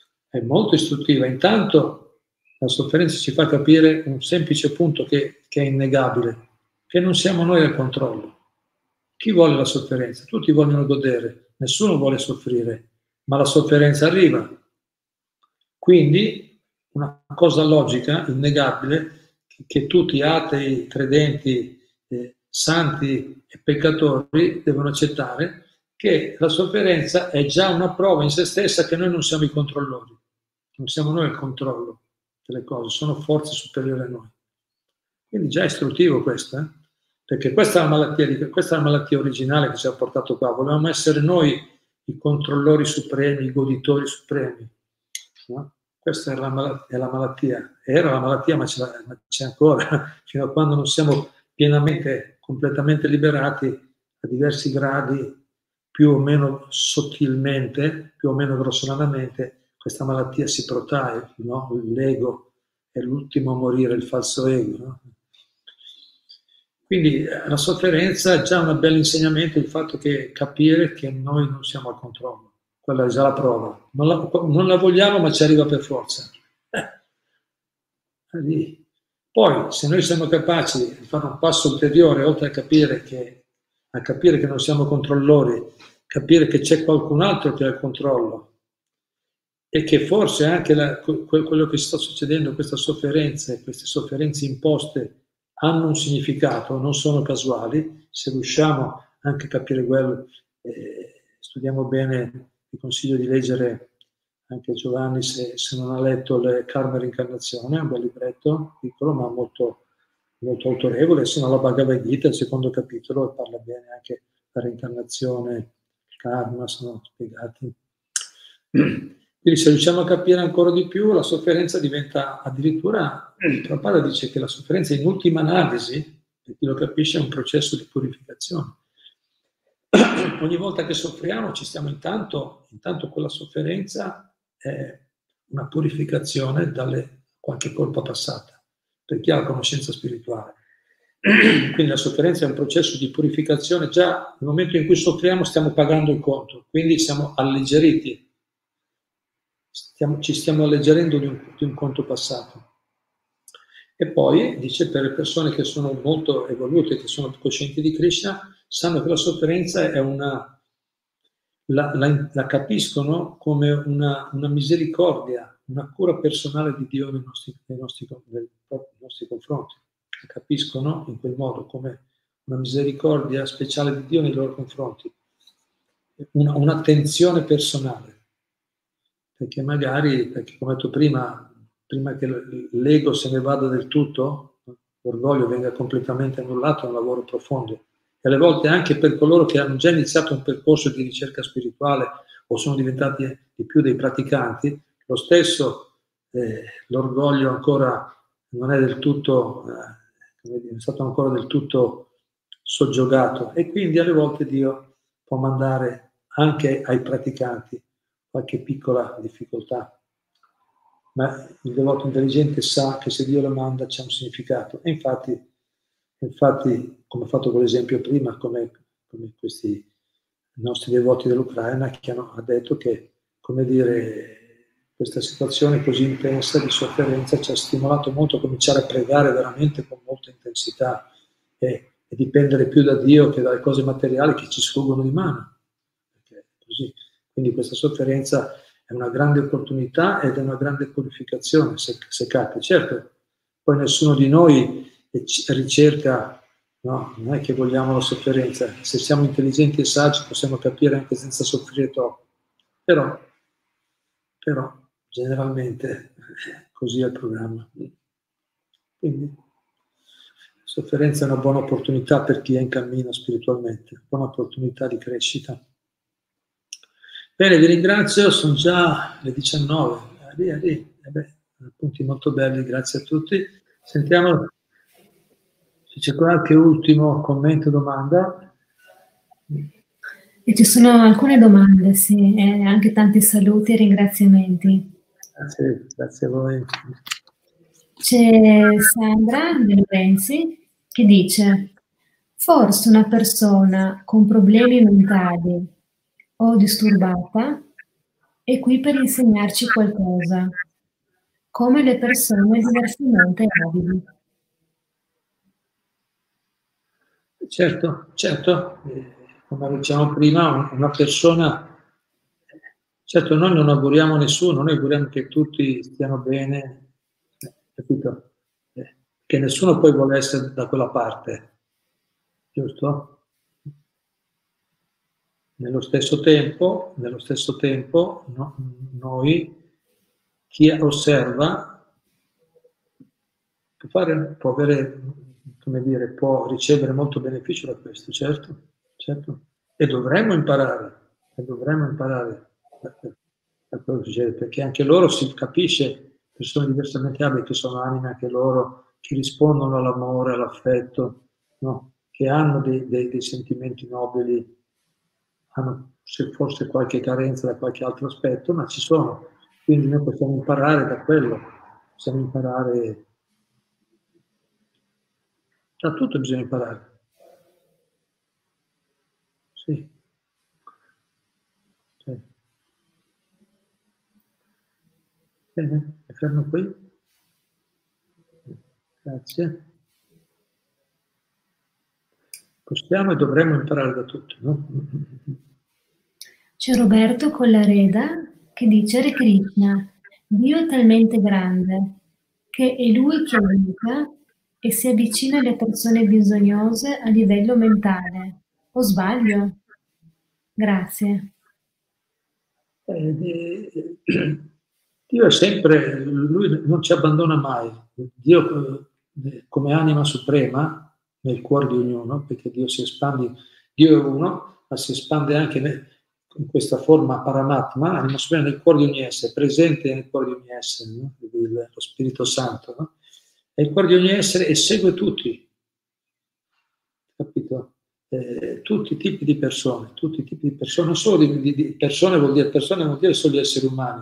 Intanto la sofferenza ci fa capire un semplice punto che è innegabile, che non siamo noi al controllo. Chi vuole la sofferenza? Tutti vogliono godere, nessuno vuole soffrire, ma la sofferenza arriva. Quindi una cosa logica, innegabile, che tutti atei, credenti, santi e peccatori devono accettare, che la sofferenza è già una prova in se stessa che noi non siamo i controllori, non siamo noi il controllo delle cose, sono forze superiori a noi. Quindi già è istruttivo questo, perché questa è la malattia originale che ci ha portato qua, volevamo essere noi i controllori supremi, i goditori supremi. No? Questa è la malattia, era la malattia ma c'è ancora, fino a quando non siamo pienamente, completamente liberati a diversi gradi, più o meno sottilmente, più o meno grossolanamente, questa malattia si protrae, no? L'ego è l'ultimo a morire, il falso ego. No? Quindi la sofferenza è già un bel insegnamento, il fatto che capire che noi non siamo al controllo. Quella è già la prova. Non la vogliamo, ma ci arriva per forza. Poi, se noi siamo capaci di fare un passo ulteriore, oltre a capire che non siamo controllori, capire che c'è qualcun altro che ha il controllo e che forse anche quello che sta succedendo, queste sofferenze imposte, hanno un significato, non sono casuali. Se riusciamo anche a capire quello, studiamo bene. Vi consiglio di leggere anche Giovanni, se non ha letto, le Karma e Reincarnazione, è un bel libretto, piccolo ma molto, molto autorevole, se no la Bhagavad Gita, il secondo capitolo, parla bene anche la reincarnazione, il karma, sono spiegati. Quindi se riusciamo a capire ancora di più, la sofferenza diventa addirittura, Prabhupada dice che la sofferenza in ultima analisi, per chi lo capisce, è un processo di purificazione. Ogni volta che soffriamo ci stiamo intanto quella sofferenza è una purificazione dalle qualche colpa passata, per chi ha la conoscenza spirituale. Quindi la sofferenza è un processo di purificazione, già nel momento in cui soffriamo stiamo pagando il conto, quindi siamo alleggeriti, ci stiamo alleggerendo di un conto passato. E poi dice, per le persone che sono molto evolute, che sono coscienti di Krishna, sanno che la sofferenza è la capiscono come una misericordia, una cura personale di Dio nei nostri confronti. La capiscono in quel modo come una misericordia speciale di Dio nei loro confronti, un'attenzione personale. Perché come ho detto prima che l'ego se ne vada del tutto, l'orgoglio venga completamente annullato, è un lavoro profondo. E alle volte anche per coloro che hanno già iniziato un percorso di ricerca spirituale o sono diventati di più dei praticanti, lo stesso l'orgoglio ancora non è del tutto, è stato ancora del tutto soggiogato, e quindi alle volte Dio può mandare anche ai praticanti qualche piccola difficoltà. Ma il devoto intelligente sa che se Dio lo manda c'è un significato. E infatti come ho fatto con l'esempio prima, come questi nostri devoti dell'Ucraina che ha detto che, come dire, questa situazione così intensa di sofferenza ci ha stimolato molto a cominciare a pregare veramente con molta intensità e dipendere più da Dio che dalle cose materiali che ci sfuggono di mano. Perché è così. Quindi questa sofferenza è una grande opportunità ed è una grande purificazione, se capita. Certo, poi nessuno di noi ricerca, no, non è che vogliamo la sofferenza, se siamo intelligenti e saggi possiamo capire anche senza soffrire troppo, però generalmente così è il programma. Quindi la sofferenza è una buona opportunità per chi è in cammino spiritualmente, buona opportunità di crescita. Bene, vi ringrazio, sono già le 19. Punti molto belli, grazie a tutti. Sentiamo se c'è qualche ultimo commento o domanda. E ci sono alcune domande, sì, e anche tanti saluti e ringraziamenti. Grazie a voi. C'è Sandra De Lorenzi che dice: forse una persona con problemi mentali o disturbata è qui per insegnarci qualcosa, come le persone diversamente abili. Certo, come dicevamo prima, una persona, certo noi non auguriamo a nessuno, noi auguriamo che tutti stiano bene, capito? Che nessuno poi vuole essere da quella parte, giusto? Nello stesso tempo no, noi, chi osserva, può avere, come dire, può ricevere molto beneficio da questo, certo. E dovremmo imparare da quello che succede, perché anche loro si capisce, persone diversamente abili che sono anime anche loro, che rispondono all'amore, all'affetto, no? Che hanno dei sentimenti nobili, hanno forse qualche carenza da qualche altro aspetto, ma ci sono. Quindi noi possiamo imparare da quello, possiamo imparare, da tutto bisogna imparare. Sì. Bene, mi fermo qui. Grazie. Possiamo e dovremmo imparare da tutti, no? C'è Roberto Collareda che dice: Hare Krishna, Dio è talmente grande che è Lui che aiuta e si avvicina alle persone bisognose a livello mentale. O sbaglio? Grazie. Dio è sempre, Lui non ci abbandona mai. Dio come anima suprema nel cuore di ognuno, perché Dio si espande, Dio è uno, ma si espande anche in questa forma Paramatma, anima suprema nel cuore di ogni essere, presente nel cuore di ogni essere, no? Lo Spirito Santo, no? È il cuore di ogni essere e segue tutti, capito? Tutti i tipi di persone, non solo di persone vuol dire solo gli esseri umani,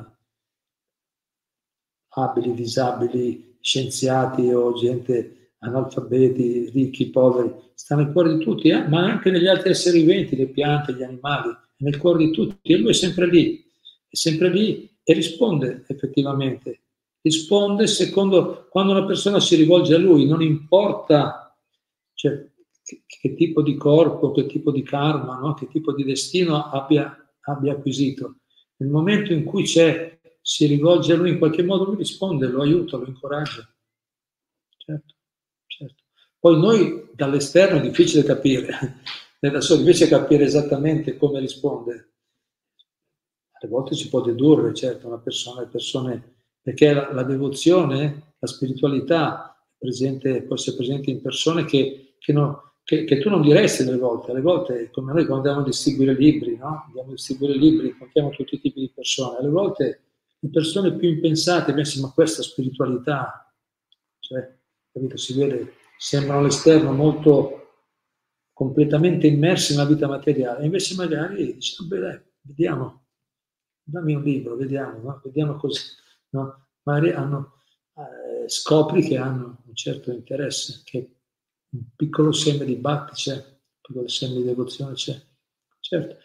abili, disabili, scienziati o gente analfabeti, ricchi, poveri, sta nel cuore di tutti, ma anche negli altri esseri viventi, le piante, gli animali, è nel cuore di tutti, e lui è sempre lì e risponde effettivamente. Risponde secondo quando una persona si rivolge a lui, non importa che tipo di corpo, che tipo di karma, no? Che tipo di destino abbia acquisito. Nel momento in cui si rivolge a lui in qualche modo, lui risponde, lo aiuta, lo incoraggia. Certo. Poi noi dall'esterno è difficile capire, da solo invece capire esattamente come risponde. Alle volte si può dedurre, certo, le persone, perché la devozione, la spiritualità può essere presente in persone che tu non diresti alle volte, come noi quando andiamo a distribuire libri, no? Andiamo a distribuire libri, incontriamo tutti i tipi di persone, alle volte le persone più impensate pensano, ma questa spiritualità, cioè, capito, si vede, sembrano all'esterno molto completamente immersi nella vita materiale, invece magari dice, beh dai, vediamo, dammi un libro, vediamo, no? Vediamo così, no? Magari scopri che hanno un certo interesse, che un piccolo seme di bhakti c'è, un piccolo seme di devozione c'è, certo.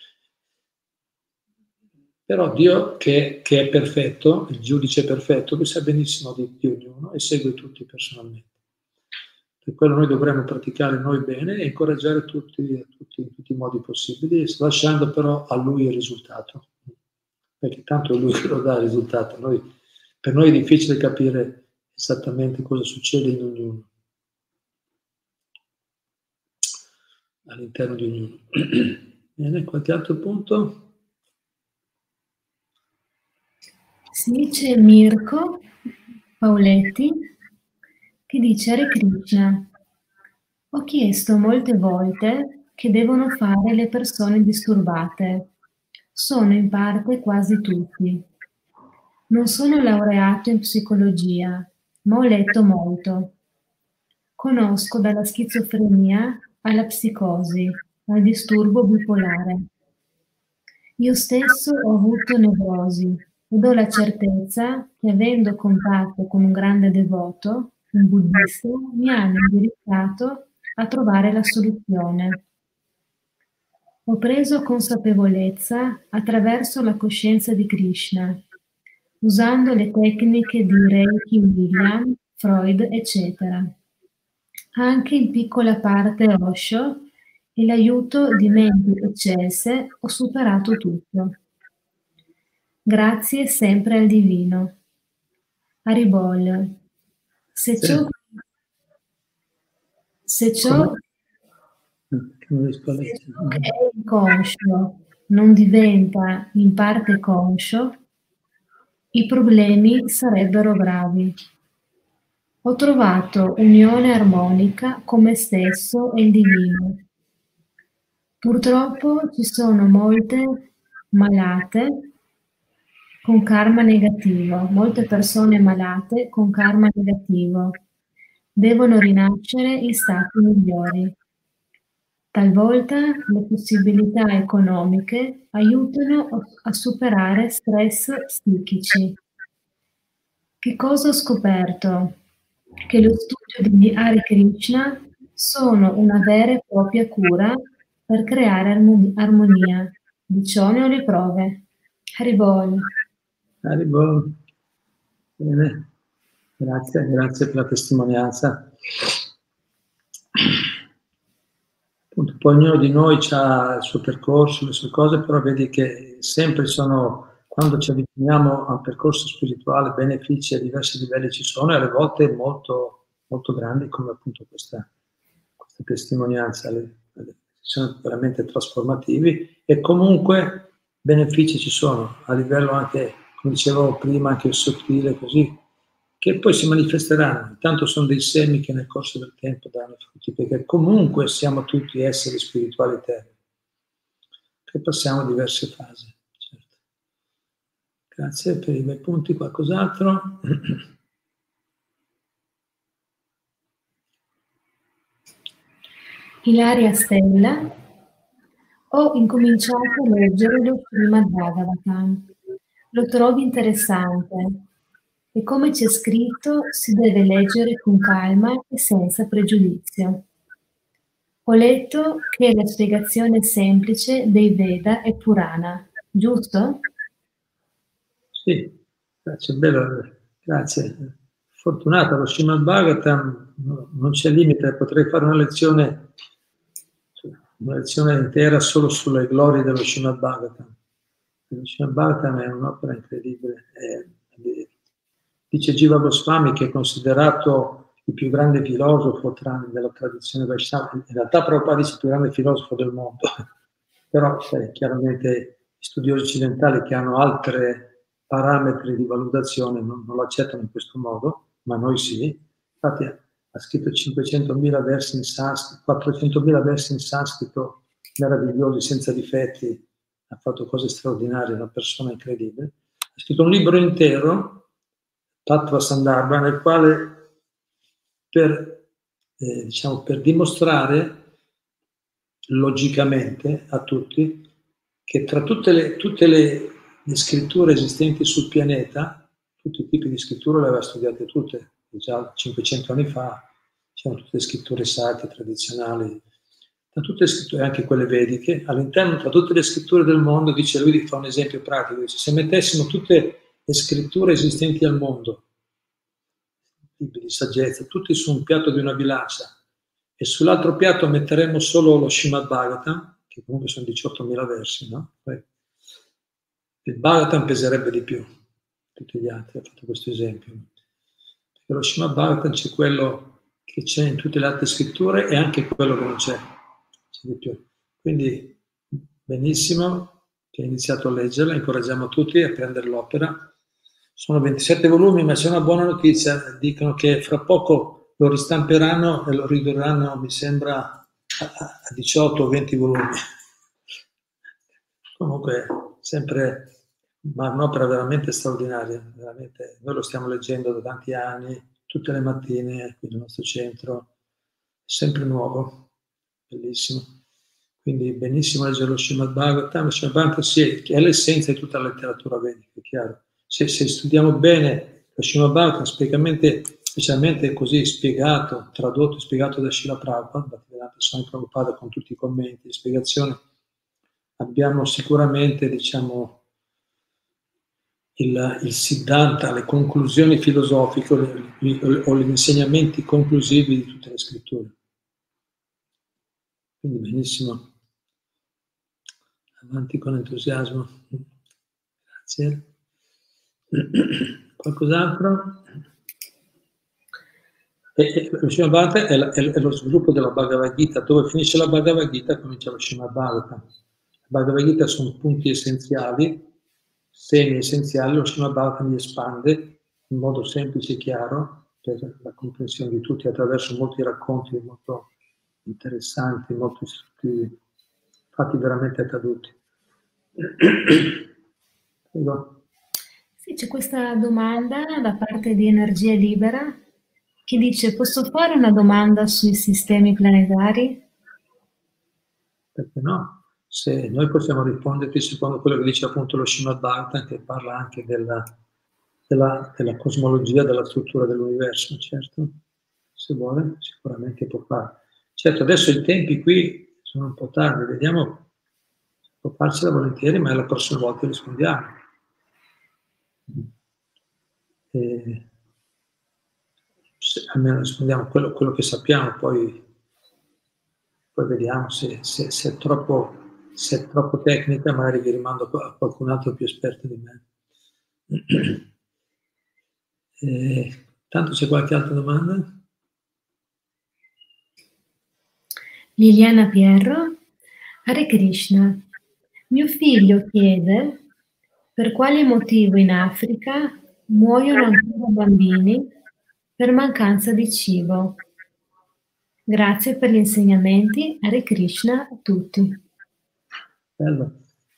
Però Dio che è perfetto, il giudice perfetto, che sa benissimo di ognuno e segue tutti personalmente. Per quello noi dovremmo praticare noi bene e incoraggiare tutti in tutti i modi possibili, lasciando però a Lui il risultato, perché tanto è Lui che lo dà il risultato. Per noi è difficile capire esattamente cosa succede in ognuno, all'interno di ognuno. Bene, qualche altro punto? Si dice Mirko Pauletti che dice Hare Krishna. Ho chiesto molte volte che devono fare le persone disturbate. Sono in parte quasi tutti. Non sono laureato in psicologia, ma ho letto molto. Conosco dalla schizofrenia alla psicosi, al disturbo bipolare. Io stesso ho avuto nevrosi ed ho la certezza che avendo contatto con un grande devoto, un buddista, mi hanno indirizzato a trovare la soluzione. Ho preso consapevolezza attraverso la coscienza di Krishna, usando le tecniche di Reiki William, Freud, eccetera. Anche in piccola parte Osho e l'aiuto di menti eccelse ho superato tutto. Grazie sempre al divino. Haribol. Se ciò che è inconscio non diventa in parte conscio, i problemi sarebbero gravi. Ho trovato unione armonica con me stesso e il divino. Purtroppo ci sono molte malate con karma negativo, molte persone malate con karma negativo. Devono rinascere in stati migliori. Talvolta le possibilità economiche aiutano a superare stress psichici. Che cosa ho scoperto? Che lo studio di Hare Krishna sono una vera e propria cura per creare armonia. Di ciò ne ho le prove. Haribol. Haribol. Bene. Grazie per la testimonianza. Appunto, poi ognuno di noi ha il suo percorso, le sue cose, però vedi che sempre quando ci avviciniamo a un percorso spirituale, benefici a diversi livelli ci sono e alle volte molto, molto grandi, come appunto questa testimonianza, sono veramente trasformativi e comunque benefici ci sono, a livello anche, come dicevo prima, anche sottile, così, che poi si manifesteranno. Intanto sono dei semi che nel corso del tempo danno frutti, perché comunque siamo tutti esseri spirituali eterni, che passiamo diverse fasi. Certo. Grazie per i miei punti. Qualcos'altro? Ilaria Stella. Ho incominciato a leggere lo Srimad Bhagavatam. Lo trovo interessante e come c'è scritto si deve leggere con calma e senza pregiudizio. Ho letto che la spiegazione semplice dei Veda è Purana, giusto? Sì, grazie, bello, grazie. Fortunata, lo Srimad Bhagavatam non c'è limite, potrei fare una lezione intera solo sulle glorie dello Srimad Bhagavatam. Lo Srimad Bhagavatam è un'opera incredibile. Dice Jiva Goswami che è considerato il più grande filosofo della tradizione Vaishnava. In realtà Prabhupada dice il più grande filosofo del mondo, però chiaramente gli studiosi occidentali che hanno altri parametri di valutazione non lo accettano in questo modo, ma noi sì. Infatti ha scritto 500.000 versi in sanscrito, 400.000 versi in sanscrito meravigliosi, senza difetti, ha fatto cose straordinarie, una persona incredibile. Ha scritto un libro intero, Tattva Sandarbha, nel quale per dimostrare logicamente a tutti che tra tutte le scritture esistenti sul pianeta, tutti i tipi di scritture le aveva studiate tutte, già 500 anni fa, c'erano tutte le scritture sacre, tradizionali, tra tutte le scritture, anche quelle vediche, all'interno, tra tutte le scritture del mondo, dice lui, fa un esempio pratico, dice, se mettessimo tutte le scritture esistenti al mondo, tipi di saggezza, tutti su un piatto di una bilancia, e sull'altro piatto metteremo solo lo Srimad Bhagavatam, che comunque sono 18.000 versi, no? Poi, il Bhagavatam peserebbe di più, tutti gli altri, ha fatto questo esempio. Perché lo Srimad Bhagavatam c'è quello che c'è in tutte le altre scritture e anche quello che non c'è di più. Quindi, benissimo, che hai iniziato a leggerla, incoraggiamo tutti a prendere l'opera. Sono 27 volumi, ma c'è una buona notizia, dicono che fra poco lo ristamperanno e lo ridurranno, mi sembra, a 18 o 20 volumi. Comunque, sempre ma un'opera veramente straordinaria, veramente. Noi lo stiamo leggendo da tanti anni, tutte le mattine, qui nel nostro centro, sempre nuovo, bellissimo. Quindi benissimo leggere lo Srimad Bhagavatam. Lo Srimad Bhagavatam sì, è l'essenza di tutta la letteratura vedica, è chiaro. Se studiamo bene lo Srimad Bhagavatam, specialmente così spiegato, tradotto e spiegato da Srila Prabhupada, Bhaktivedanta Swami Prabhupada, con tutti i commenti e spiegazioni, abbiamo sicuramente, diciamo, il Siddhanta, le conclusioni filosofiche o gli insegnamenti conclusivi di tutte le scritture. Quindi benissimo. Avanti con entusiasmo. Grazie. Qualcos'altro? Lo Srimad Bhagavatam è lo sviluppo della Bhagavad Gita. Dove finisce la Bhagavad Gita comincia lo Srimad Bhagavatam. La Bhagavad Gita sono punti essenziali, semi essenziali, lo Srimad Bhagavatam li espande in modo semplice e chiaro per la comprensione di tutti attraverso molti racconti molto interessanti, molto istruttivi, fatti veramente accaduti. Prego. Sì, c'è questa domanda da parte di Energia Libera che dice: posso fare una domanda sui sistemi planetari? Perché no? Se noi possiamo risponderti secondo quello che dice appunto lo Srimad Bhagavatam, che parla anche della cosmologia, della struttura dell'universo, certo, se vuole, sicuramente può fare. Certo, adesso i tempi qui sono un po' tardi, vediamo, può farsela volentieri, ma la prossima volta rispondiamo. Almeno rispondiamo quello che sappiamo, poi vediamo se è troppo tecnica, magari vi rimando a qualcun altro più esperto di me. Tanto c'è qualche altra domanda? Liliana Pierro, Hare Krishna. Mio figlio chiede per quale motivo in Africa muoiono ancora bambini per mancanza di cibo. Grazie per gli insegnamenti, Hare Krishna a tutti. Bello.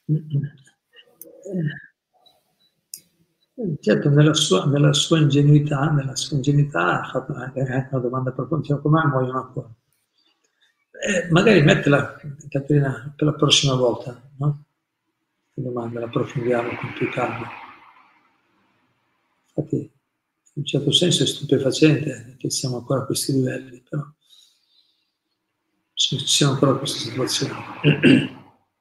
Certo, nella sua ingenuità ha fatto anche una domanda profonda, come muoiono ancora? Magari mettela, Caterina, per la prossima volta, no? La domanda la approfondiamo con più calma. Infatti, in un certo senso è stupefacente che siamo ancora a questi livelli, però siamo ancora in questa situazione.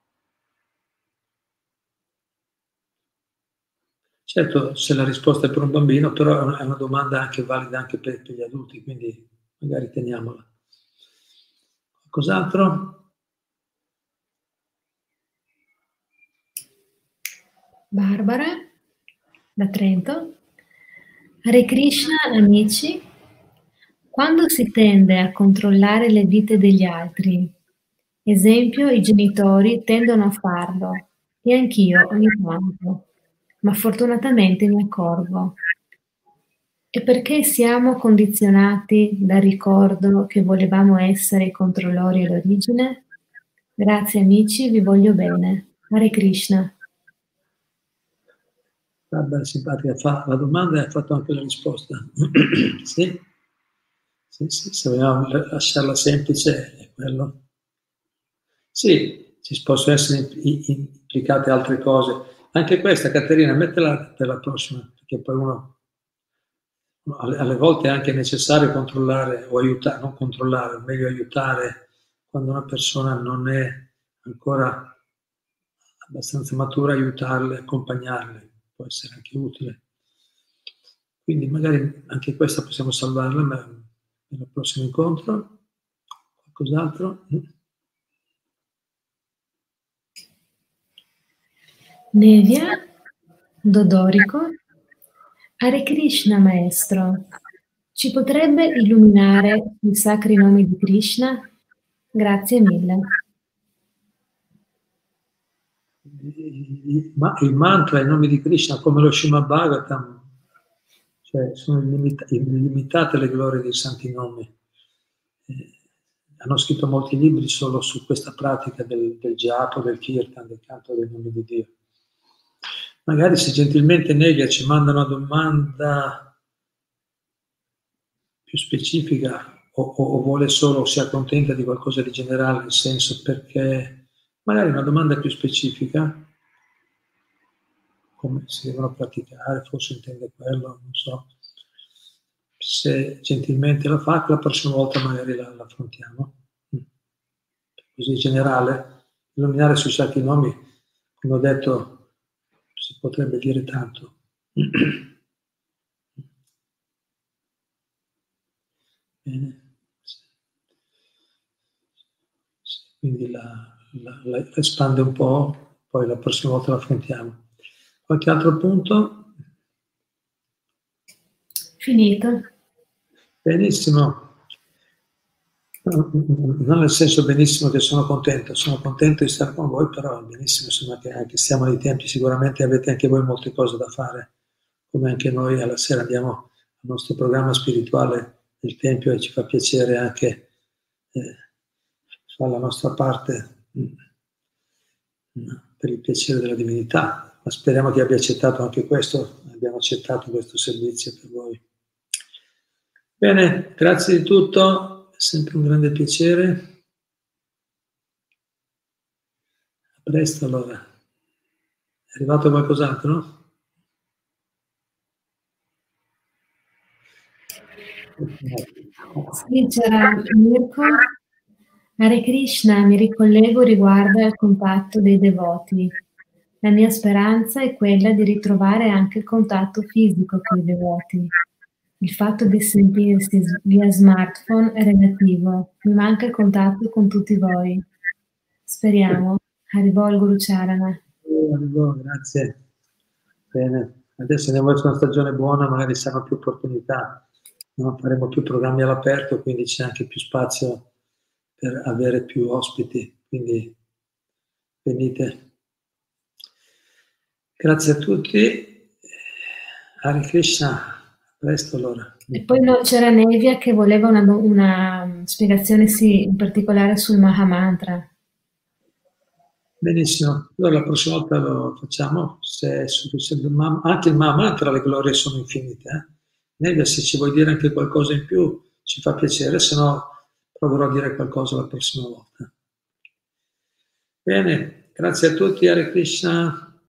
Certo, se la risposta è per un bambino, però è una domanda anche valida anche per gli adulti, quindi magari teniamola. Qualcos'altro? Barbara, da Trento. Hare Krishna, amici. Quando si tende a controllare le vite degli altri, esempio i genitori tendono a farlo, e anch'io ogni tanto, ma fortunatamente mi accorgo. E perché siamo condizionati dal ricordo che volevamo essere i controllori all'origine? Grazie amici, vi voglio bene. Hare Krishna. Barbara simpatica, fa la domanda e ha fatto anche la risposta. Sì, se vogliamo lasciarla semplice è quello. Sì, ci possono essere implicate altre cose. Anche questa, Caterina, mettela per la prossima, perché poi uno alle volte è anche necessario controllare o aiutare, non controllare, meglio aiutare quando una persona non è ancora abbastanza matura, aiutarle, accompagnarle, può essere anche utile. Quindi magari anche questa possiamo salvarla, ma nel prossimo incontro. Qualcos'altro? Nevia Dodorico. Hare Krishna, maestro. Ci potrebbe illuminare i sacri nomi di Krishna? Grazie mille. Il mantra, i nomi di Krishna, come lo Srimad Bhagavatam, cioè sono illimitate le glorie dei santi nomi. Hanno scritto molti libri solo su questa pratica del japa, del kirtan, del canto dei nomi di Dio. Magari se gentilmente Nevia ci manda una domanda più specifica o vuole solo, si accontenta di qualcosa di generale, nel senso perché magari una domanda più specifica, come si devono praticare, forse intende quello, non so. Se gentilmente la fa, la prossima volta magari la affrontiamo. Così generale, illuminare sui sacri nomi, come ho detto, si potrebbe dire tanto. Bene. Quindi la espande un po', poi la prossima volta la affrontiamo. Qualche altro punto? Finito. Benissimo. Non nel senso benissimo che sono contento di stare con voi, però benissimo insomma che anche siamo nei tempi, sicuramente avete anche voi molte cose da fare, come anche noi alla sera andiamo al nostro programma spirituale del Tempio e ci fa piacere anche fare la nostra parte per il piacere della divinità, ma speriamo che abbia accettato anche questo, abbiamo accettato questo servizio per voi. Bene, grazie di tutto, è sempre un grande piacere. A presto allora. È arrivato qualcos'altro? Sì, c'era Mirko. Hare Krishna, mi ricollego riguardo al contatto dei devoti. La mia speranza è quella di ritrovare anche il contatto fisico con i devoti. Il fatto di sentirsi via smartphone è relativo, mi manca il contatto con tutti voi. Speriamo. Haribol Guru Charana. Grazie. Bene, adesso andiamo verso una stagione buona, magari saranno più opportunità, no? Faremo più programmi all'aperto, quindi c'è anche più spazio per avere più ospiti, quindi venite. Grazie a tutti. Hare Krishna, a presto allora. E poi c'era Nevia che voleva una spiegazione sì, in particolare sul Mahamantra. Benissimo, allora la prossima volta lo facciamo, anche il Mahamantra, le glorie sono infinite. Nevia, se ci vuoi dire anche qualcosa in più, ci fa piacere, se no proverò a dire qualcosa la prossima volta. Bene, grazie a tutti, Hare Krishna.